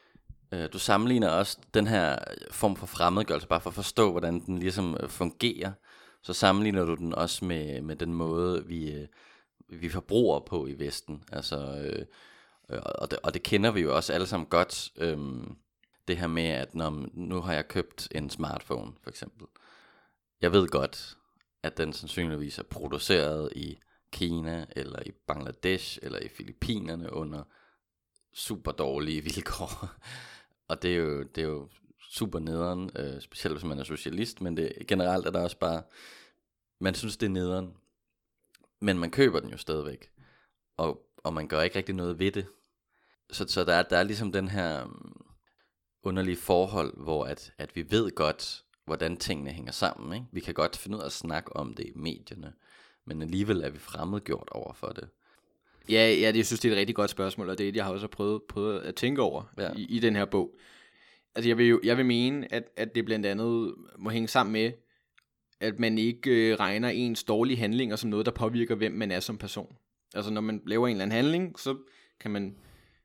Du sammenligner også den her form for fremmedgørelse, bare for at forstå, hvordan den ligesom fungerer. Så sammenligner du den også med, med den måde, vi, vi forbruger på i Vesten. Altså, øh, og, det, og det kender vi jo også alle sammen godt. Øh, det her med, at når, nu har jeg købt en smartphone, for eksempel. Jeg ved godt, at den sandsynligvis er produceret i Kina, eller i Bangladesh, eller i Filippinerne under super dårlige vilkår. Og det er jo, det er jo super nederen, øh, specielt hvis man er socialist, men det, generelt er der også bare, man synes det er nederen, men man køber den jo stadigvæk, og, og man gør ikke rigtig noget ved det. Så, så der, er, der er ligesom den her um, underlige forhold, hvor at, at vi ved godt, hvordan tingene hænger sammen, ikke? Vi kan godt finde ud af at snakke om det i medierne, men alligevel er vi fremmedgjort over for det. Ja, ja, det, jeg synes, det er et rigtig godt spørgsmål, og det er det, jeg har også prøvet, prøvet at tænke over ja. i, i den her bog. Altså, jeg vil jo jeg vil mene, at, at det blandt andet må hænge sammen med, at man ikke øh, regner ens dårlige handlinger som noget, der påvirker, hvem man er som person. Altså, når man laver en eller anden handling, så kan man,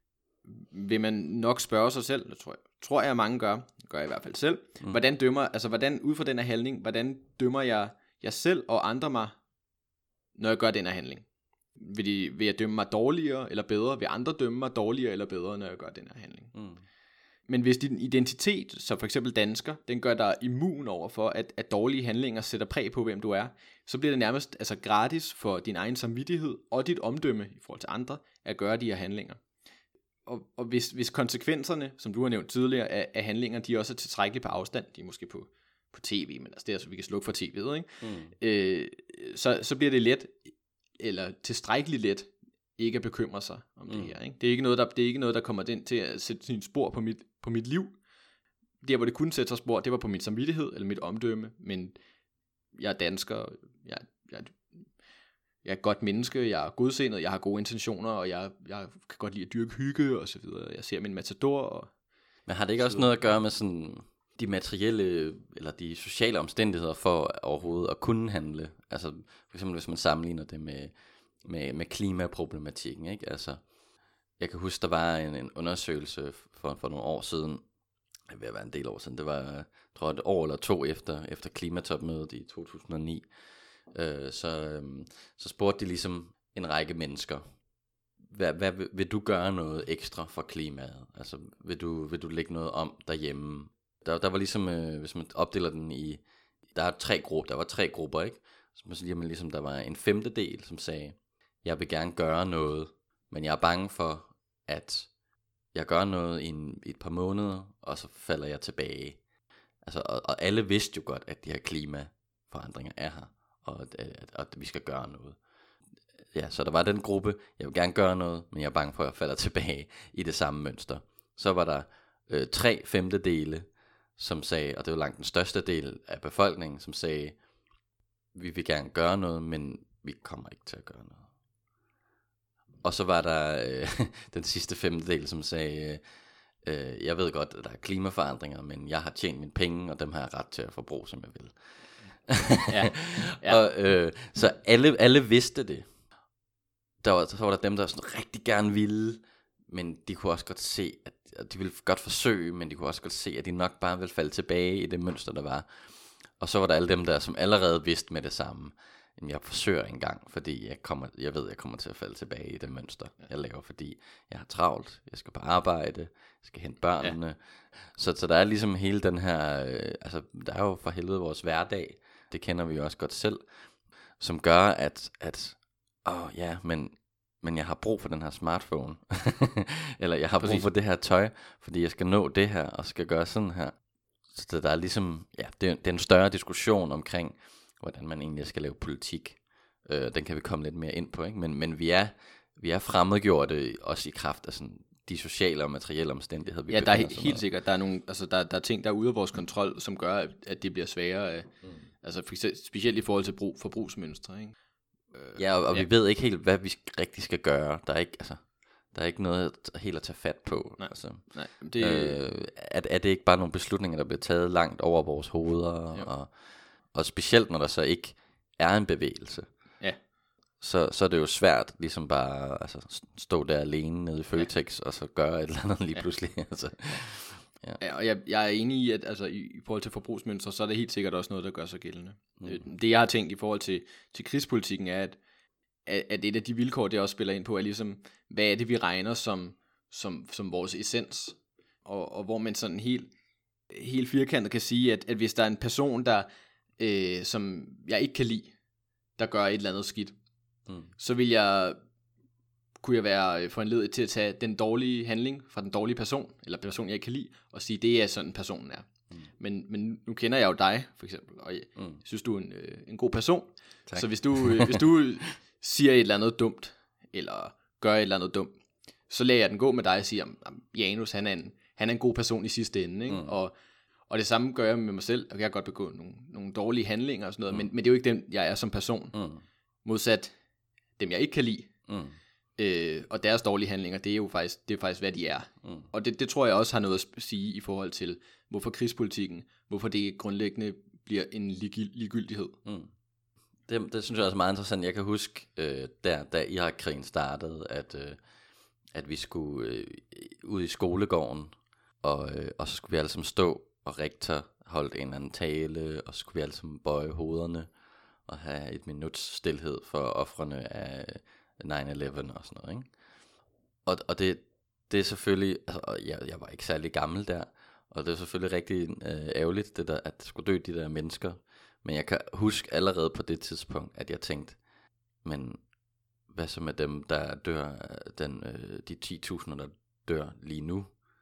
vil man nok spørge sig selv, det tror jeg, tror jeg mange gør, det gør jeg i hvert fald selv, mm. hvordan dømmer, altså, hvordan, ud fra den her handling, hvordan dømmer jeg, jeg selv og andre mig, når jeg gør den her handling? Vil, de, vil jeg dømme mig dårligere eller bedre? Vil andre dømme mig dårligere eller bedre, når jeg gør den her handling? Mm. Men hvis din identitet, så for eksempel dansker, den gør dig immun over for, at, at dårlige handlinger sætter præg på, hvem du er, så bliver det nærmest altså gratis for din egen samvittighed og dit omdømme i forhold til andre, at gøre de her handlinger. Og, og hvis, hvis konsekvenserne, som du har nævnt tidligere, af, af handlinger, de også er tilstrækkeligt på afstand, de er måske på, på tv, men altså det er så, vi kan slukke for tv'et, ikke? Mm. Øh, så, så bliver det let, eller tilstrækkeligt let, ikke at bekymre sig om mm. det her, ikke? Det er ikke noget, der, det er ikke noget, der kommer den til at sætte sin spor på mit, på mit liv. Der, hvor det kunne sætte sig spor, det var på min samvittighed, eller mit omdømme, men jeg er dansker, jeg, jeg, jeg er et godt menneske, jeg er godsindet, jeg har gode intentioner, og jeg, jeg kan godt lide at dyrke hygge, og så videre. Jeg ser min matador, og... Men har det ikke også noget at gøre med sådan de materielle, eller de sociale omstændigheder for overhovedet at kunne handle? Altså, for eksempel hvis man sammenligner det med, med, med klimaproblematikken, ikke? Altså, jeg kan huske, der var en, en undersøgelse for, for nogle år siden, det vil være en del år siden, det var, jeg tror et år eller to efter, efter klimatopmødet i to tusind og ni, øh, så, øh, så spurgte de ligesom en række mennesker, hvad, hvad vil, vil du gøre noget ekstra for klimaet? Altså, vil du, vil du lægge noget om derhjemme? Der, der var ligesom, øh, hvis man opdeler den i, der er tre grupper, der var tre grupper, ikke? Så siger man ligesom, der var en femtedel, som sagde, jeg vil gerne gøre noget, men jeg er bange for, at jeg gør noget i, en, i et par måneder, og så falder jeg tilbage. Altså, og, og alle vidste jo godt, at de her klimaforandringer er her, og at, at, at vi skal gøre noget. Ja, så der var den gruppe, jeg vil gerne gøre noget, men jeg er bange for, at jeg falder tilbage i det samme mønster. Så var der øh, tre femtedele, som sagde, og det var langt den største del af befolkningen, som sagde, vi vil gerne gøre noget, men vi kommer ikke til at gøre noget. Og så var der øh, den sidste femtedel, som sagde, øh, jeg ved godt, at der er klimaforandringer, men jeg har tjent mine penge, og dem har jeg ret til at forbruge, som jeg vil. ja. Ja. og, øh, så alle, alle vidste det. Der var, så var der dem, der sådan rigtig gerne ville, men de kunne også godt se, at de ville godt forsøge, men de kunne også godt se, at de nok bare ville falde tilbage i det mønster, der var. Og så var der alle dem der, som allerede vidste med det samme. jamen, jeg forsøger engang, fordi jeg, kommer, jeg ved, jeg kommer til at falde tilbage i det mønster, ja. jeg laver, fordi jeg har travlt, jeg skal på arbejde, jeg skal hente børnene. Ja. Så, så der er ligesom hele den her, øh, altså der er jo for helvede vores hverdag, det kender vi jo også godt selv, som gør, at, at åh ja, men, men jeg har brug for den her smartphone, eller jeg har Præcis. brug for det her tøj, fordi jeg skal nå det her, og skal gøre sådan her. Så der er ligesom, ja, det er, det er en større diskussion omkring, hvordan man egentlig skal lave politik. Øh, den kan vi komme lidt mere ind på, ikke? Men, men vi er, vi er fremmedgjorte også i kraft af sådan de sociale og materielle omstændigheder, vi ja, der er he- helt noget. sikkert, der er, nogle, altså der, der er ting, der er ude af vores kontrol, som gør, at, at det bliver sværere, mm. altså for eksempel, specielt i forhold til brug, forbrugsmønstre, ikke? Øh, ja, og, og ja. vi ved ikke helt, hvad vi rigtig skal gøre. Der er ikke, altså, der er ikke noget helt at tage fat på. Nej, altså. nej. Det... Øh, er, er det ikke bare nogle beslutninger, der bliver taget langt over vores hoveder, og, og specielt når der så ikke er en bevægelse, ja. så, så er det jo svært ligesom bare altså, stå der alene nede i Føtex, ja. og så gøre et eller andet lige ja. pludselig. altså. Ja. Ja, og jeg, jeg er enig i, at altså, i, i forhold til forbrugsmønstre, så er det helt sikkert også noget, der gør sig gældende. Mm. Det jeg har tænkt i forhold til, til krigspolitikken er, at, at et af de vilkår, det også spiller ind på, er ligesom, hvad er det, vi regner som, som, som vores essens, og, og hvor man sådan helt, helt firkantet kan sige, at, at hvis der er en person, der, øh, som jeg ikke kan lide, der gør et eller andet skidt, mm. så vil jeg... kunne jeg være foranlediget til at tage den dårlige handling fra den dårlige person, eller person, jeg ikke kan lide, og sige, det er sådan, personen er. Mm. Men, men nu kender jeg jo dig, for eksempel, og jeg mm. synes, du er en, øh, en god person. Tak. Så hvis du, øh, hvis du siger et eller andet dumt, eller gør et eller andet dumt, så lader jeg den gå med dig og siger, at Janus, han er, en, han er en god person i sidste ende. Ikke? Mm. Og, og det samme gør jeg med mig selv, og jeg kan godt begå nogle, nogle dårlige handlinger og sådan noget, mm. men, men det er jo ikke den, jeg er som person. Mm. Modsat dem, jeg ikke kan lide. Mm. Øh, og deres dårlige handlinger, det er jo faktisk, det er faktisk hvad de er. Mm. Og det, det tror jeg også har noget at sige i forhold til, hvorfor krigspolitikken, hvorfor det grundlæggende bliver en lig- ligegyldighed. Mm. Det, det synes jeg også er meget interessant. Jeg kan huske, øh, der, da Irak-krigen startede, at, øh, at vi skulle øh, ud i skolegården, og, øh, og så skulle vi alle sammen stå, og rektor holdt en eller anden tale, og så skulle vi alle sammen bøje hovederne, og have et minuts stilhed for ofrene af nine eleven og sådan noget, ikke? Og, og det, det er selvfølgelig, altså, jeg, jeg var ikke særlig gammel der, og det er selvfølgelig rigtig øh, ærgerligt, det der, at der skulle dø de der mennesker. Men jeg kan huske allerede på det tidspunkt, at jeg tænkte, men hvad så med dem, der dør, den, øh, de ti tusinder, der dør lige nu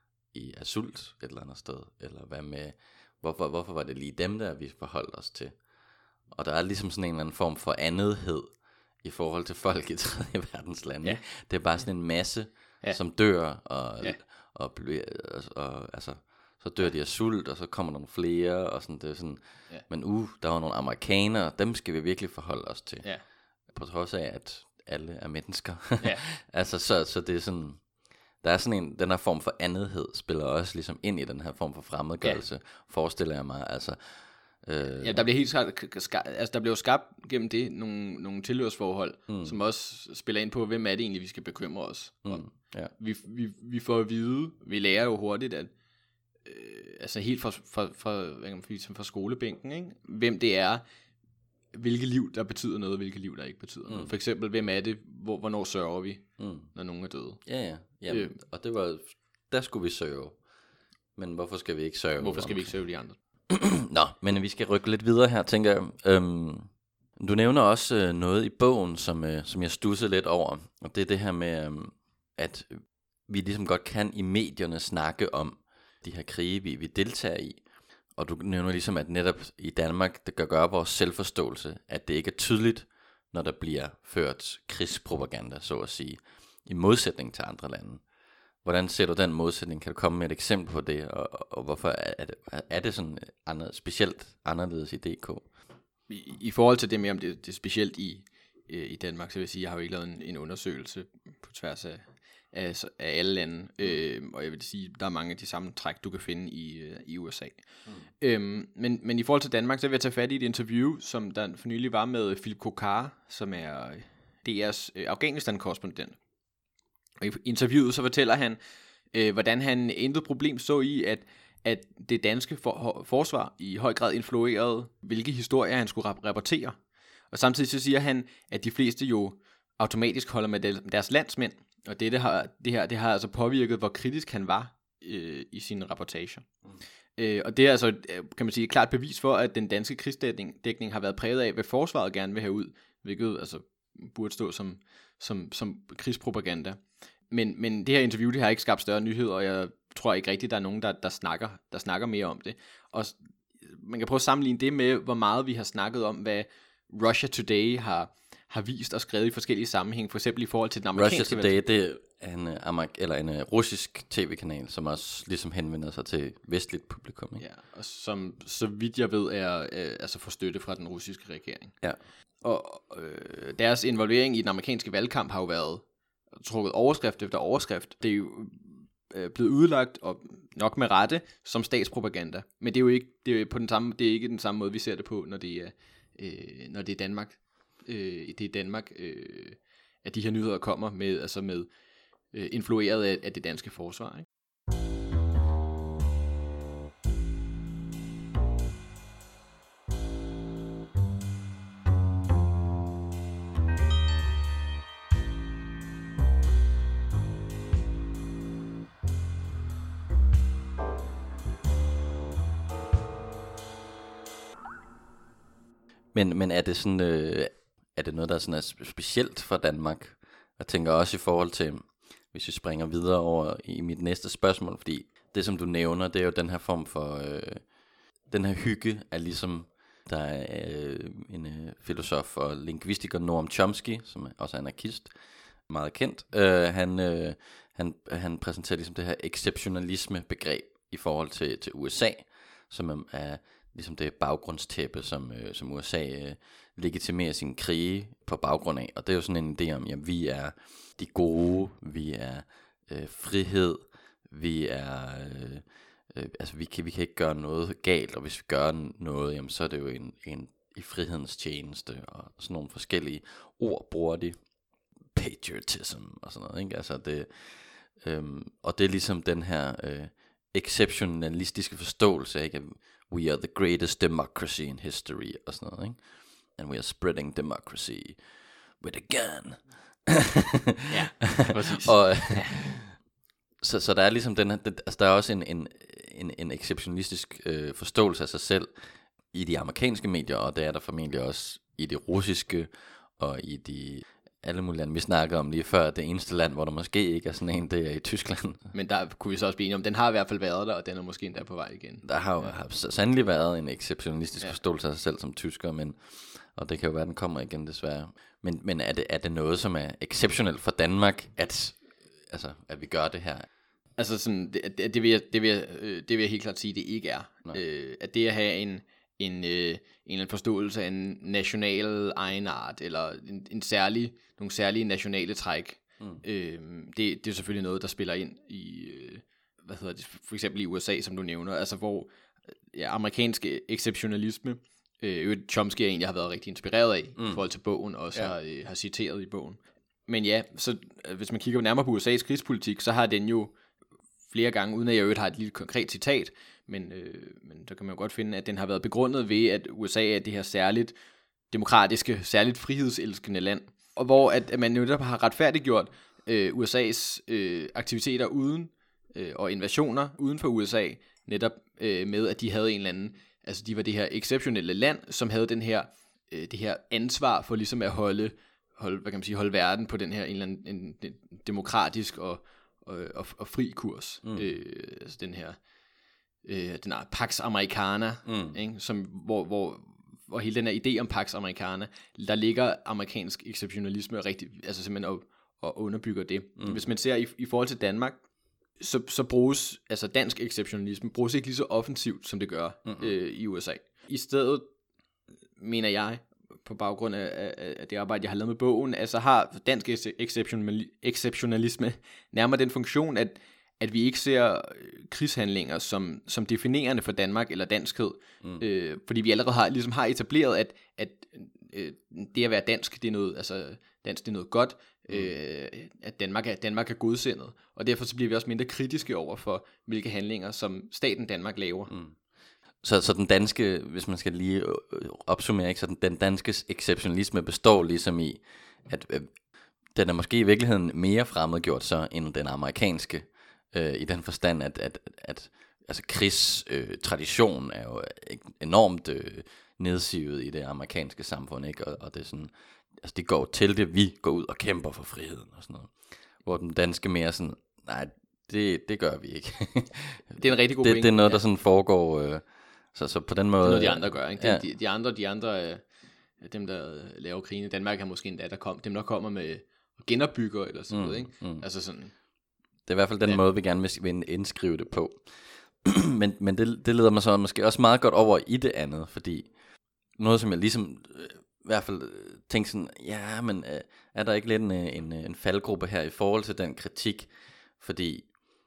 i af sult et eller andet sted? Eller hvad med, hvorfor, hvorfor var det lige dem der, vi forholdt os til? Og der er ligesom sådan en eller anden form for andethed i forhold til folk i tredje verdens lande. Ja. Det er bare sådan en masse, ja. som dør, og, ja. og, og, og altså, så dør de af sult, og så kommer nogle flere, og sådan, det er sådan, ja. men uh, der var nogle amerikanere, dem skal vi virkelig forholde os til. Ja. På trods af, at alle er mennesker. Ja. altså, så, så det er sådan, der er sådan en, den her form for andethed, spiller også ligesom ind i den her form for fremmedgørelse, ja. forestiller jeg mig, altså. Øh, ja, der bliver helt skabt, altså der bliver skabt gennem det nogle, nogle tilhørsforhold, mm. som også spiller ind på, hvem er det egentlig, vi skal bekymre os om. Mm. Ja. Vi, vi, vi får at vide, vi lærer jo hurtigt, at øh, altså helt fra, fra, fra, hvad kan man sige, fra skolebænken, ikke? Hvem det er, hvilke liv der betyder noget, hvilke liv der ikke betyder mm. noget. For eksempel, hvem er det, hvor, hvornår sørger vi, mm. når nogen er døde. Ja, ja, Jamen, øh, og det var, der skulle vi sørge. Men hvorfor skal vi ikke sørge? Hvorfor skal vi ikke sørge de andre? Nå, men vi skal rykke lidt videre her, tænker jeg. Øhm, du nævner også øh, noget i bogen, som, øh, som jeg studsede lidt over. Og det er det her med, øh, at vi ligesom godt kan i medierne snakke om de her krige, vi, vi deltager i. Og du nævner ligesom, at netop i Danmark, det kan gøre vores selvforståelse, at det ikke er tydeligt, når der bliver ført krigspropaganda, så at sige, i modsætning til andre lande. Hvordan ser du den modsætning? Kan du komme med et eksempel på det, og, og, og hvorfor er det, er det sådan andet, specielt anderledes i D K? I, I forhold til det med, om det, det er specielt i, øh, i Danmark, så vil jeg sige, at jeg har jo ikke lavet en, en undersøgelse på tværs af, af, af alle lande, øh, og jeg vil sige, at der er mange af de samme træk, du kan finde i, øh, i U S A. Mm. Øhm, men, men i forhold til Danmark, så vil jeg tage fat i et interview, som der for nylig var med Philip Kokar, som er D R's øh, Afghanistan-korrespondent. Og i interviewet så fortæller han, øh, hvordan han intet problem så i, at, at det danske for, forsvar i høj grad influerede, hvilke historier han skulle rap- rapportere. Og samtidig så siger han, at de fleste jo automatisk holder med deres landsmænd, og det, det, har, det her det har altså påvirket, hvor kritisk han var øh, i sine rapportager. Mm. Øh, og det er altså, kan man sige, et klart bevis for, at den danske krigsdækning har været præget af, hvad forsvaret gerne vil have ud, hvilket altså burde stå som, som, som krigspropaganda. Men, men det her interview, det har ikke skabt større nyheder, og jeg tror ikke rigtigt, der er nogen, der, der, snakker, der snakker mere om det. Og man kan prøve at sammenligne det med, hvor meget vi har snakket om, hvad Russia Today har, har vist og skrevet i forskellige sammenhæng, for eksempel i forhold til den amerikanske... Russia Today, det er en, amerik- eller en uh, russisk tv-kanal, som også ligesom henvender sig til vestligt publikum. Ikke? Ja, og som, så vidt jeg ved, er øh, altså får støtte fra den russiske regering. Ja. Og øh, deres involvering i den amerikanske valgkamp har jo været trukket overskrift efter overskrift. Det er jo øh, blevet udlagt, og nok med rette, som statspropaganda. Men det er jo ikke, det er på den samme, det er ikke den samme måde, vi ser det på, når det er, øh, når det er Danmark. Øh, det er Danmark, øh, at de her nyheder kommer med, altså med øh, influeret af, af det danske forsvar, ikke? Men, men er det sådan, øh, er det noget, der sådan er specielt for Danmark? Jeg tænker også i forhold til, hvis vi springer videre over i mit næste spørgsmål, fordi det, som du nævner, det er jo den her form for, øh, den her hygge er ligesom, der er øh, en øh, filosof og lingvistiker, Noam Chomsky, som også er anarkist, meget kendt. Øh, han, øh, han, han præsenterer ligesom det her exceptionalisme-begreb i forhold til, til U S A, som er ligesom det baggrundstæppe, som, øh, som U S A øh, legitimerer sin krige på baggrund af. Og det er jo sådan en idé om, at vi er de gode, vi er øh, frihed, vi er, øh, øh, altså vi kan, vi kan ikke gøre noget galt, og hvis vi gør noget, jamen, så er det jo en, en i frihedens tjeneste, og sådan nogle forskellige ord bruger de. Patriotism og sådan noget, ikke? Altså det, øh, og det er ligesom den her øh, exceptionalistiske forståelse, ikke? We are the greatest democracy in history og sådan noget, ikke? And we are spreading democracy with a gun. Ja, præcis. og, så, så der er ligesom den her, det, altså der er også en, en, en, en exceptionalistisk øh, forståelse af sig selv i de amerikanske medier, og det er der formentlig også i det russiske og i de alle mulige lande. Vi snakkede om lige før, det eneste land, hvor der måske ikke er sådan en, det er i Tyskland. Men der kunne vi så også blive enige om, den har i hvert fald været der, og den er måske endda på vej igen. Der har jo ja. har sandelig været en exceptionalistisk ja. forståelse af sig selv som tysker, men, og det kan jo være, den kommer igen desværre. Men, men er, det, er det noget, som er exceptionelt for Danmark, at, altså, at vi gør det her? Altså sådan, det, det, det, vil, jeg, det, vil, jeg, det vil jeg helt klart sige, det ikke er. Øh, at det at have en... En, øh, en eller anden forståelse af en national egenart, eller en, en særlig, nogle særlige nationale træk. Mm. Øh, det, det er selvfølgelig noget, der spiller ind i, øh, hvad hedder det, for eksempel i U S A, som du nævner, altså hvor ja, amerikansk exceptionalisme, øh, Chomsky egentlig har været rigtig inspireret af, mm. i forhold til bogen, og også ja. har, øh, har citeret i bogen. Men ja, så øh, hvis man kigger nærmere på U S A's krigspolitik, så har den jo flere gange, uden at jeg øvrigt har et lille konkret citat, men, øh, men så kan man jo godt finde, at den har været begrundet ved, at U S A er det her særligt demokratiske, særligt frihedselskende land, og hvor at, at man netop har retfærdiggjort øh, U S A's øh, aktiviteter uden, øh, og invasioner uden for U S A, netop øh, med, at de havde en eller anden, altså de var det her exceptionelle land, som havde den her, øh, det her ansvar for ligesom at holde, holde, hvad kan man sige, holde verden på den her en eller anden en, en demokratisk og Og, og, og fri kurs. Mm. Øh, altså den her øh, den her Pax Americana, mm. ikke? Som, hvor, hvor, hvor hele den her idé om Pax Americana, der ligger amerikansk exceptionalisme rigtig, altså simpelthen og, og underbygger det. Mm. Hvis man ser i, i forhold til Danmark, så, så bruges, altså dansk exceptionalisme bruges ikke lige så offensivt, som det gør mm-hmm. øh, i U S A. I stedet, mener jeg, på baggrund af, af, af det arbejde, jeg har lavet med bogen, altså har dansk exceptionalisme nærmere den funktion, at, at vi ikke ser krigshandlinger som, som definerende for Danmark eller danskhed, mm. øh, fordi vi allerede har, ligesom har etableret, at, at øh, det at være dansk, det er noget, altså dansk det er noget godt, mm. øh, at Danmark er, Danmark er godsindet, og derfor så bliver vi også mindre kritiske over for, hvilke handlinger, som staten Danmark laver. Mm. Så, så den danske, hvis man skal lige opsummere, ikke, så den, den danske exceptionalisme består ligesom i, at øh, den er måske i virkeligheden mere fremmedgjort så end den amerikanske, øh, i den forstand, at, at, at altså krigstradition øh, er jo enormt øh, nedsivet i det amerikanske samfund, ikke? Og, og det er sådan, altså det går til det, vi går ud og kæmper for friheden og sådan noget. Hvor den danske mere sådan, nej, det, det gør vi ikke. Det er en rigtig god det, pointe. det er noget, ja. der sådan foregår, øh, så, så på den måde... Det er noget, de andre gør, ikke? Ja. De, de andre, de andre øh, dem, der laver krigen i Danmark, har måske endda, der kom, dem, der kommer med genopbygger eller sådan mm, noget, ikke? Mm. Altså sådan... Det er i hvert fald den ja. måde, vi gerne vil indskrive det på. men men det, det leder mig så måske også meget godt over i det andet, fordi noget, som jeg ligesom øh, i hvert fald tænkte sådan, ja, men øh, er der ikke lidt en, en, en faldgruppe her i forhold til den kritik? Fordi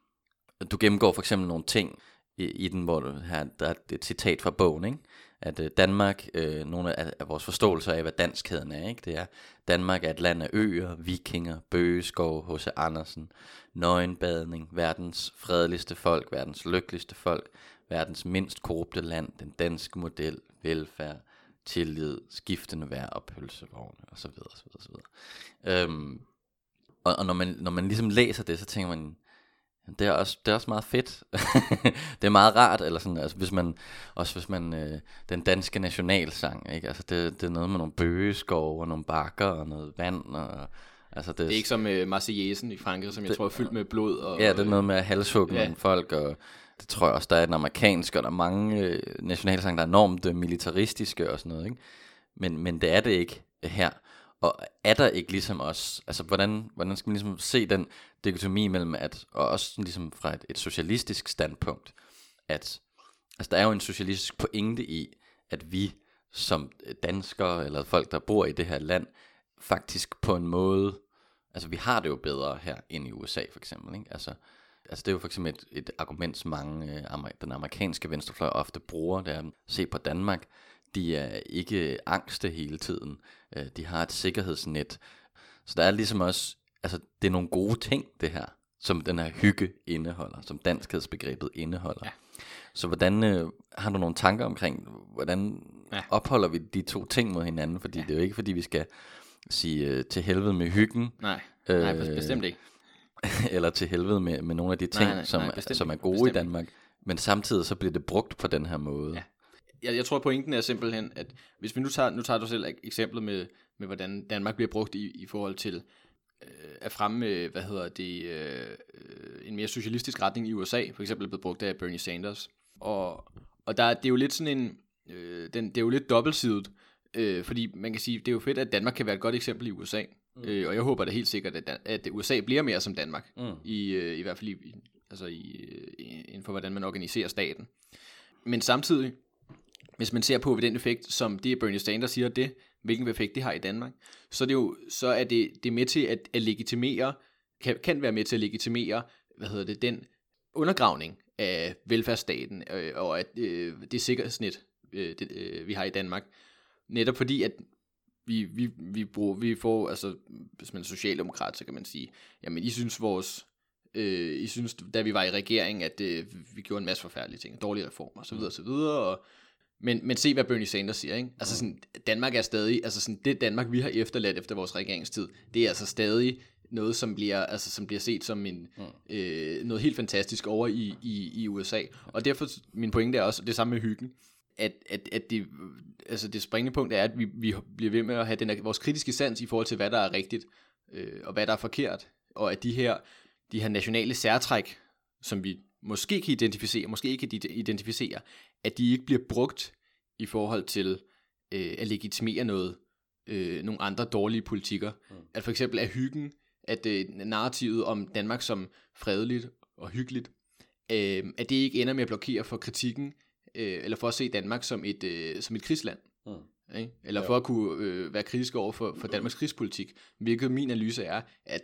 du gennemgår for eksempel nogle ting i, i den, hvor du, her, der er et citat fra bogen, ikke? At øh, Danmark, øh, nogle af, af vores forståelser af, hvad danskheden er, ikke? Det er, Danmark er et land af øer, vikinger, bøgeskov, H C Andersen, nøgenbadning, verdens fredeligste folk, verdens lykkeligste folk, verdens mindst korrupte land, den danske model, velfærd, tillid, skiftende vejr og pølsevogne, og så videre, så videre, så videre. Øhm, og og når, man, når man ligesom læser det, så tænker man, det er også, det er også meget fedt. Det er meget rart, eller sådan, altså hvis man, også hvis man, øh, den danske nationalsang, ikke? Altså det, det er noget med nogle bøgeskove og nogle bakker og noget vand, og altså det, det er ikke som uh, Marseillesen i Frankrig, som jeg det, tror er fyldt med blod. Og, ja, det er noget med at halshugge ja. nogle folk, og det tror jeg også, der er den amerikanske, og der er mange øh, nationalsange, der er enormt øh, militaristiske og sådan noget, ikke? Men, men det er det ikke her. Og er der ikke ligesom også, altså hvordan, hvordan skal man ligesom se den dikotomi mellem, at, og også sådan ligesom fra et, et socialistisk standpunkt, at altså der er jo en socialistisk pointe i, at vi som danskere, eller folk, der bor i det her land, faktisk på en måde, altså vi har det jo bedre her end i U S A for eksempel, ikke? Altså, altså det er jo for eksempel et, et argument, som mange, øh, den amerikanske venstrefløj ofte bruger, det er at se på Danmark. De er ikke angste hele tiden. De har et sikkerhedsnet. Så der er ligesom også, altså det er nogle gode ting, det her, som den her hygge indeholder, som danskhedsbegrebet indeholder. Ja. Så hvordan, øh, har du nogle tanker omkring, hvordan ja. opholder vi de to ting mod hinanden? Fordi ja. det er jo ikke, fordi vi skal sige øh, til helvede med hyggen. Nej, øh, nej bestemt ikke. Eller til helvede med, med nogle af de ting, nej, nej, som, nej, bestemt, som er gode bestemt. i Danmark. Men samtidig så bliver det brugt på den her måde. Ja. Jeg, jeg tror pointen er simpelthen, at hvis vi nu tager, nu tager du selv eksemplet med, med hvordan Danmark bliver brugt i, i forhold til øh, at fremme, hvad hedder det, øh, en mere socialistisk retning i U S A, for eksempel blevet brugt af Bernie Sanders. Og, og der, det er jo lidt sådan en, øh, den, det er jo lidt dobbeltsidet, øh, fordi man kan sige, det er jo fedt, at Danmark kan være et godt eksempel i U S A. Mm. Øh, og jeg håber da helt sikkert, at, at U S A bliver mere som Danmark, mm. i, øh, i hvert fald i, altså i, inden for hvordan man organiserer staten. Men samtidig, hvis man ser på den effekt, som det Bernie Sanders siger, det, hvilken effekt det har i Danmark, så er det jo så er det, det er med til at, at legitimere, kan, kan være med til at legitimere, hvad hedder det, den undergravning af velfærdsstaten øh, og at øh, det sikkerhedsnet, øh, det, øh, vi har i Danmark. Netop fordi at vi vi vi bruger, vi får, altså hvis man er socialdemokrat, så kan man sige, jamen I synes vores øh, I synes da vi var i regering, at øh, vi gjorde en masse forfærdelige ting, dårlige reformer, så videre, så videre, og Men, men se hvad Bernie Sanders siger, ikke? Altså sådan, Danmark er stadig, altså sådan, det Danmark vi har efterladt efter vores regeringstid, det er altså stadig noget som bliver, altså som bliver set som en mm. øh, noget helt fantastisk over i, i, i U S A. Og derfor min pointe er også det samme med hyggen, at at at det altså det springende punkt er at vi vi bliver ved med at have den her, vores kritiske sans i forhold til hvad der er rigtigt øh, og hvad der er forkert, og at de her de her nationale særtræk, som vi måske kan identificere, måske ikke kan identificere, at de ikke bliver brugt i forhold til øh, at legitimere noget, øh, nogle andre dårlige politikker. Mm. At for eksempel er hyggen, at øh, narrativet om Danmark som fredeligt og hyggeligt, øh, at det ikke ender med at blokere for kritikken, øh, eller for at se Danmark som et, øh, som et krigsland. Mm. Ikke? Eller for at kunne øh, være kritisk over for, for Danmarks krigspolitik. Hvilket min analyse er, at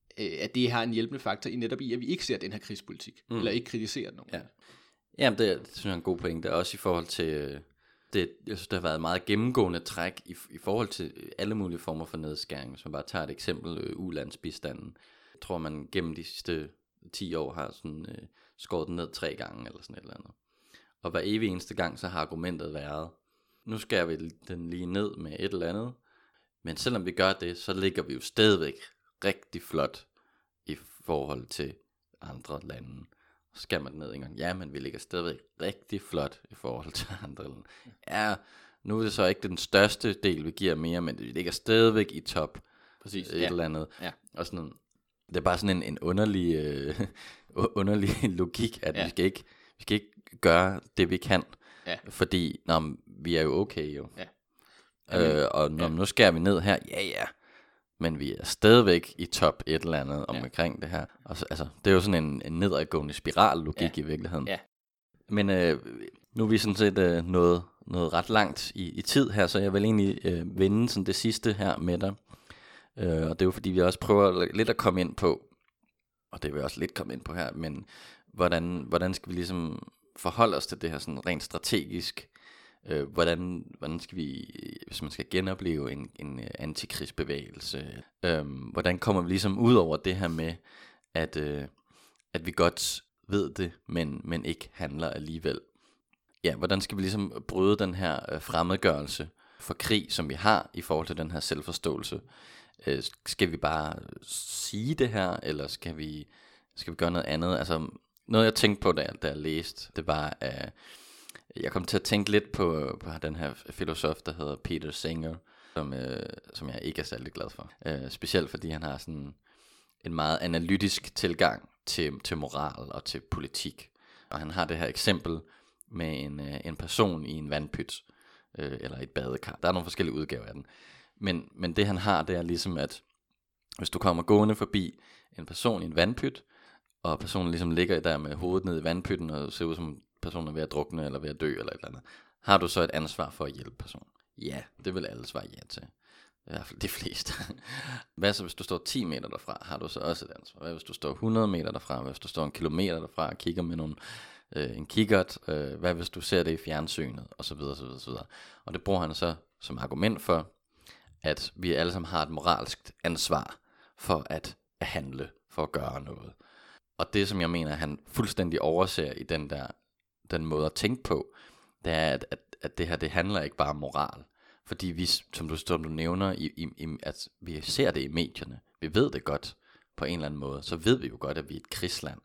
at det har en hjælpende faktor i netop i, at vi ikke ser den her krigspolitik, mm. eller ikke kritiserer den. Ja. Jamen, det, det synes jeg er en god pointe, også i forhold til, det, jeg synes, det har været et meget gennemgående træk i, i forhold til alle mulige former for nedskæring. Hvis man bare tager et eksempel, øh, ulandsbistanden. Jeg tror, man gennem de sidste ti år har sådan, øh, skåret den ned tre gange, eller sådan et eller andet. Og hver evig eneste gang, så har argumentet været, nu skærer vi den lige ned med et eller andet. Men selvom vi gør det, så ligger vi jo stadigvæk rigtig flot i forhold til andre lande. Så skal man ned en gang. Ja, men vi ligger stadigvæk rigtig flot i forhold til andre lande. Ja, nu er det så ikke den største del, vi giver mere, men vi ligger stadigvæk i top. Præcis, et ja. eller andet. Ja. Og sådan, det er bare sådan en, en underlig, øh, underlig logik, at ja. vi, skal ikke, vi skal ikke gøre det, vi kan. Ja. Fordi nå, vi er jo okay jo. Ja. Jamen, øh, og når, ja. nu skærer vi ned her, ja ja, men vi er stadigvæk i top et eller andet omkring ja. det her. Og så, altså, det er jo sådan en, en nedadgående spiral logik ja. i virkeligheden. Ja. Men øh, nu er vi sådan set øh, nået, nået ret langt i, i tid her, så jeg vil egentlig øh, vende sådan det sidste her med dig. Øh, og det er jo fordi vi også prøver lidt at komme ind på, og det vil jeg også lidt komme ind på her, men hvordan, hvordan skal vi ligesom forholde os til det her sådan rent strategisk. Øh, hvordan, hvordan skal vi, hvis man skal genopleve en, en antikrigsbevægelse, øh, hvordan kommer vi ligesom ud over det her med, at, øh, at vi godt ved det, men, men ikke handler alligevel. Ja, hvordan skal vi ligesom bryde den her øh, fremmedgørelse for krig, som vi har i forhold til den her selvforståelse? Øh, skal vi bare sige det her, eller skal vi, skal vi gøre noget andet? Altså, noget jeg tænkte på, da jeg, da jeg læste, det var, at jeg kom til at tænke lidt på, på den her filosof, der hedder Peter Singer, som, øh, som jeg ikke er særlig glad for. Øh, specielt fordi han har sådan en meget analytisk tilgang til, til moral og til politik. Og han har det her eksempel med en, øh, en person i en vandpyt, øh, eller et badekar. Der er nogle forskellige udgaver af den. Men, men det han har, det er ligesom, at hvis du kommer gående forbi en person i en vandpyt, og personen ligesom ligger der med hovedet ned i vandpytten, og ser ud som personen er ved at drukne, eller ved at dø, eller et eller andet, har du så et ansvar for at hjælpe personen? Ja, det vil alle svare ja til. I hvert fald de fleste. Hvad så hvis du står ti meter derfra, har du så også et ansvar? Hvad hvis du står hundrede meter derfra? Hvad hvis du står en kilometer derfra og kigger med nogle, øh, en kikkert? Øh, hvad hvis du ser det i fjernsynet? Og så videre, så videre, så videre. Og det bruger han så som argument for, at vi alle sammen har et moralsk ansvar for at, at handle, for at gøre noget. Og det som jeg mener, han fuldstændig overser i den der den måde at tænke på, det er, at, at, at det her, det handler ikke bare om moral. Fordi vi, som du, som du nævner, i, i, i, at vi ser det i medierne. Vi ved det godt på en eller anden måde. Så ved vi jo godt, at vi er et krigsland.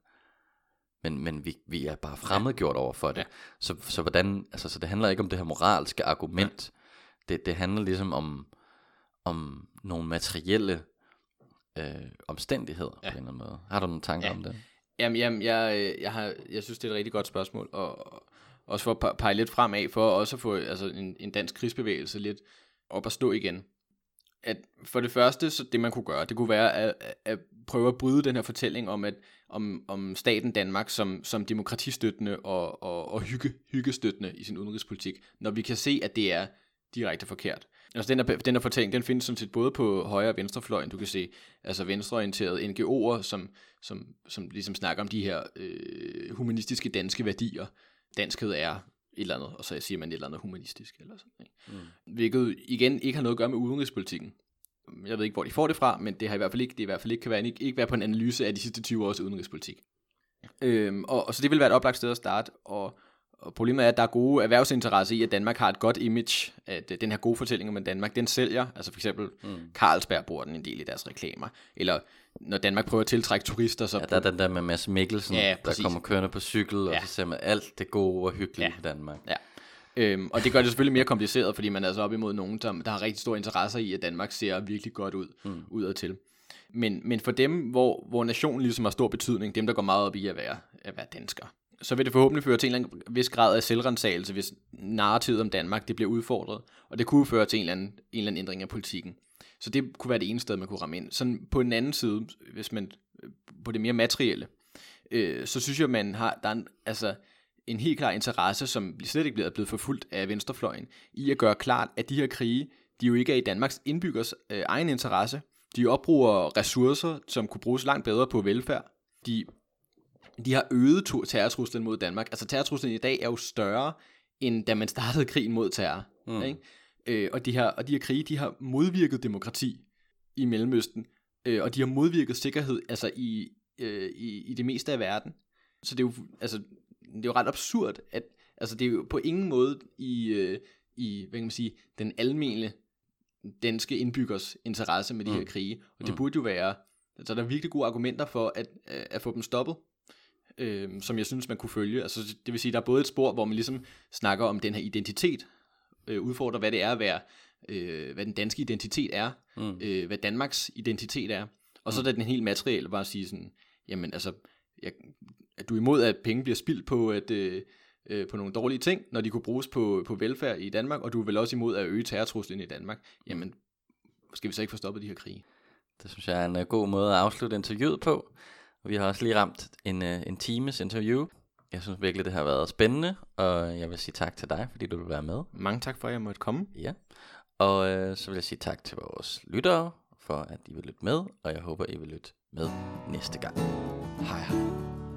Men, men vi, vi er bare fremmedgjort over for det. Ja. Så, så, hvordan, altså, så det handler ikke om det her moralske argument. Ja. Det, det handler ligesom om, om nogle materielle øh, omstændigheder ja. på en eller anden måde. Har du nogle tanker ja. om det? Jamen, jamen jeg, jeg, har, jeg synes, det er et rigtig godt spørgsmål, og også for at pege lidt fremad, for også at få altså, en, en dansk krigsbevægelse lidt op at stå igen. At for det første, så det man kunne gøre, det kunne være at, at prøve at bryde den her fortælling om, at, om, om staten Danmark som, som demokratistøttende og, og, og hygge, hyggestøttende i sin udenrigspolitik, når vi kan se, at det er direkte forkert. Altså den her, den her fortælling, den findes sådan set både på højre og venstrefløjen. Du kan se altså venstreorienterede N G O'er, som, som, som ligesom snakker om de her øh, humanistiske danske værdier. Danskhed er et eller andet, og så siger man et eller andet humanistisk. Eller sådan, ikke? Mm. Hvilket igen ikke har noget at gøre med udenrigspolitikken. Jeg ved ikke, hvor de får det fra, men det har i hvert fald ikke, det i hvert fald ikke kan være, ikke, ikke være på en analyse af de sidste tyve års udenrigspolitik. Øhm, og, og så det vil være et oplagt sted at starte, og Og problemet er, at der er gode erhvervsinteresser i, at Danmark har et godt image, at den her gode fortælling om Danmark, den sælger. Altså for eksempel mm. Carlsberg bruger den en del i deres reklamer. Eller når Danmark prøver at tiltrække turister, så... Ja, der er den der med Mads Mikkelsen, ja, der kommer kørende på cykel, og ja. så ser man alt det gode og hyggelige ja. i Danmark. Ja. Øhm, og det gør det selvfølgelig mere kompliceret, fordi man er altså op imod nogen, der, der har rigtig store interesser i, at Danmark ser virkelig godt ud, mm. udadtil. Men, men for dem, hvor, hvor nationen ligesom har stor betydning, dem der går meget op i at være, at være danskere, så vil det forhåbentlig føre til en eller anden vis grad af selvrensagelse, hvis narrativet om Danmark det bliver udfordret. Og det kunne føre til en eller, anden, en eller anden ændring af politikken. Så det kunne være det ene sted, man kunne ramme ind. Sådan på den anden side, hvis man på det mere materielle, øh, så synes jeg, man har der er en, altså, en helt klar interesse, som slet ikke er blevet forfulgt af venstrefløjen, i at gøre klart, at de her krige, de jo ikke er i Danmarks indbyggers øh, egen interesse. De opbruger ressourcer, som kunne bruges langt bedre på velfærd. De De har øget terrortruslen mod Danmark. Altså terrortruslen i dag er jo større, end da man startede krigen mod terror. Mm. Ikke? Øh, og, de her, og de her krige, de har modvirket demokrati i Mellemøsten. Øh, og de har modvirket sikkerhed altså i, øh, i, i det meste af verden. Så det er jo, altså, det er jo ret absurd, at, Altså det er jo på ingen måde i, øh, i hvad kan man sige, den almene danske indbyggers interesse med de mm. her krige. Og det mm. burde jo være, altså der er virkelig gode argumenter for at, at få dem stoppet, øh, som jeg synes man kunne følge. Altså det vil sige, der er både et spor, hvor man ligesom snakker om den her identitet, øh, udfordrer hvad det er at være, øh, hvad den danske identitet er, mm. øh, hvad Danmarks identitet er. Og så er der den helt materielle, bare at sige sådan, jamen altså, jeg, er du imod, at penge bliver spildt på, at, øh, på nogle dårlige ting, når de kunne bruges på, på velfærd i Danmark, og du er vel også imod at øge terrortruslen i Danmark, jamen, skal vi så ikke få stoppet de her krige? Det synes jeg er en uh, god måde at afslutte interviewet på. Vi har også lige ramt en, uh, en times interview. Jeg synes virkelig, det har været spændende, og jeg vil sige tak til dig, fordi du vil være med. Mange tak for, at jeg måtte komme. Ja, og uh, så vil jeg sige tak til vores lyttere, for at I vil lytte med, og jeg håber, I vil lytte med næste gang. Hej hej.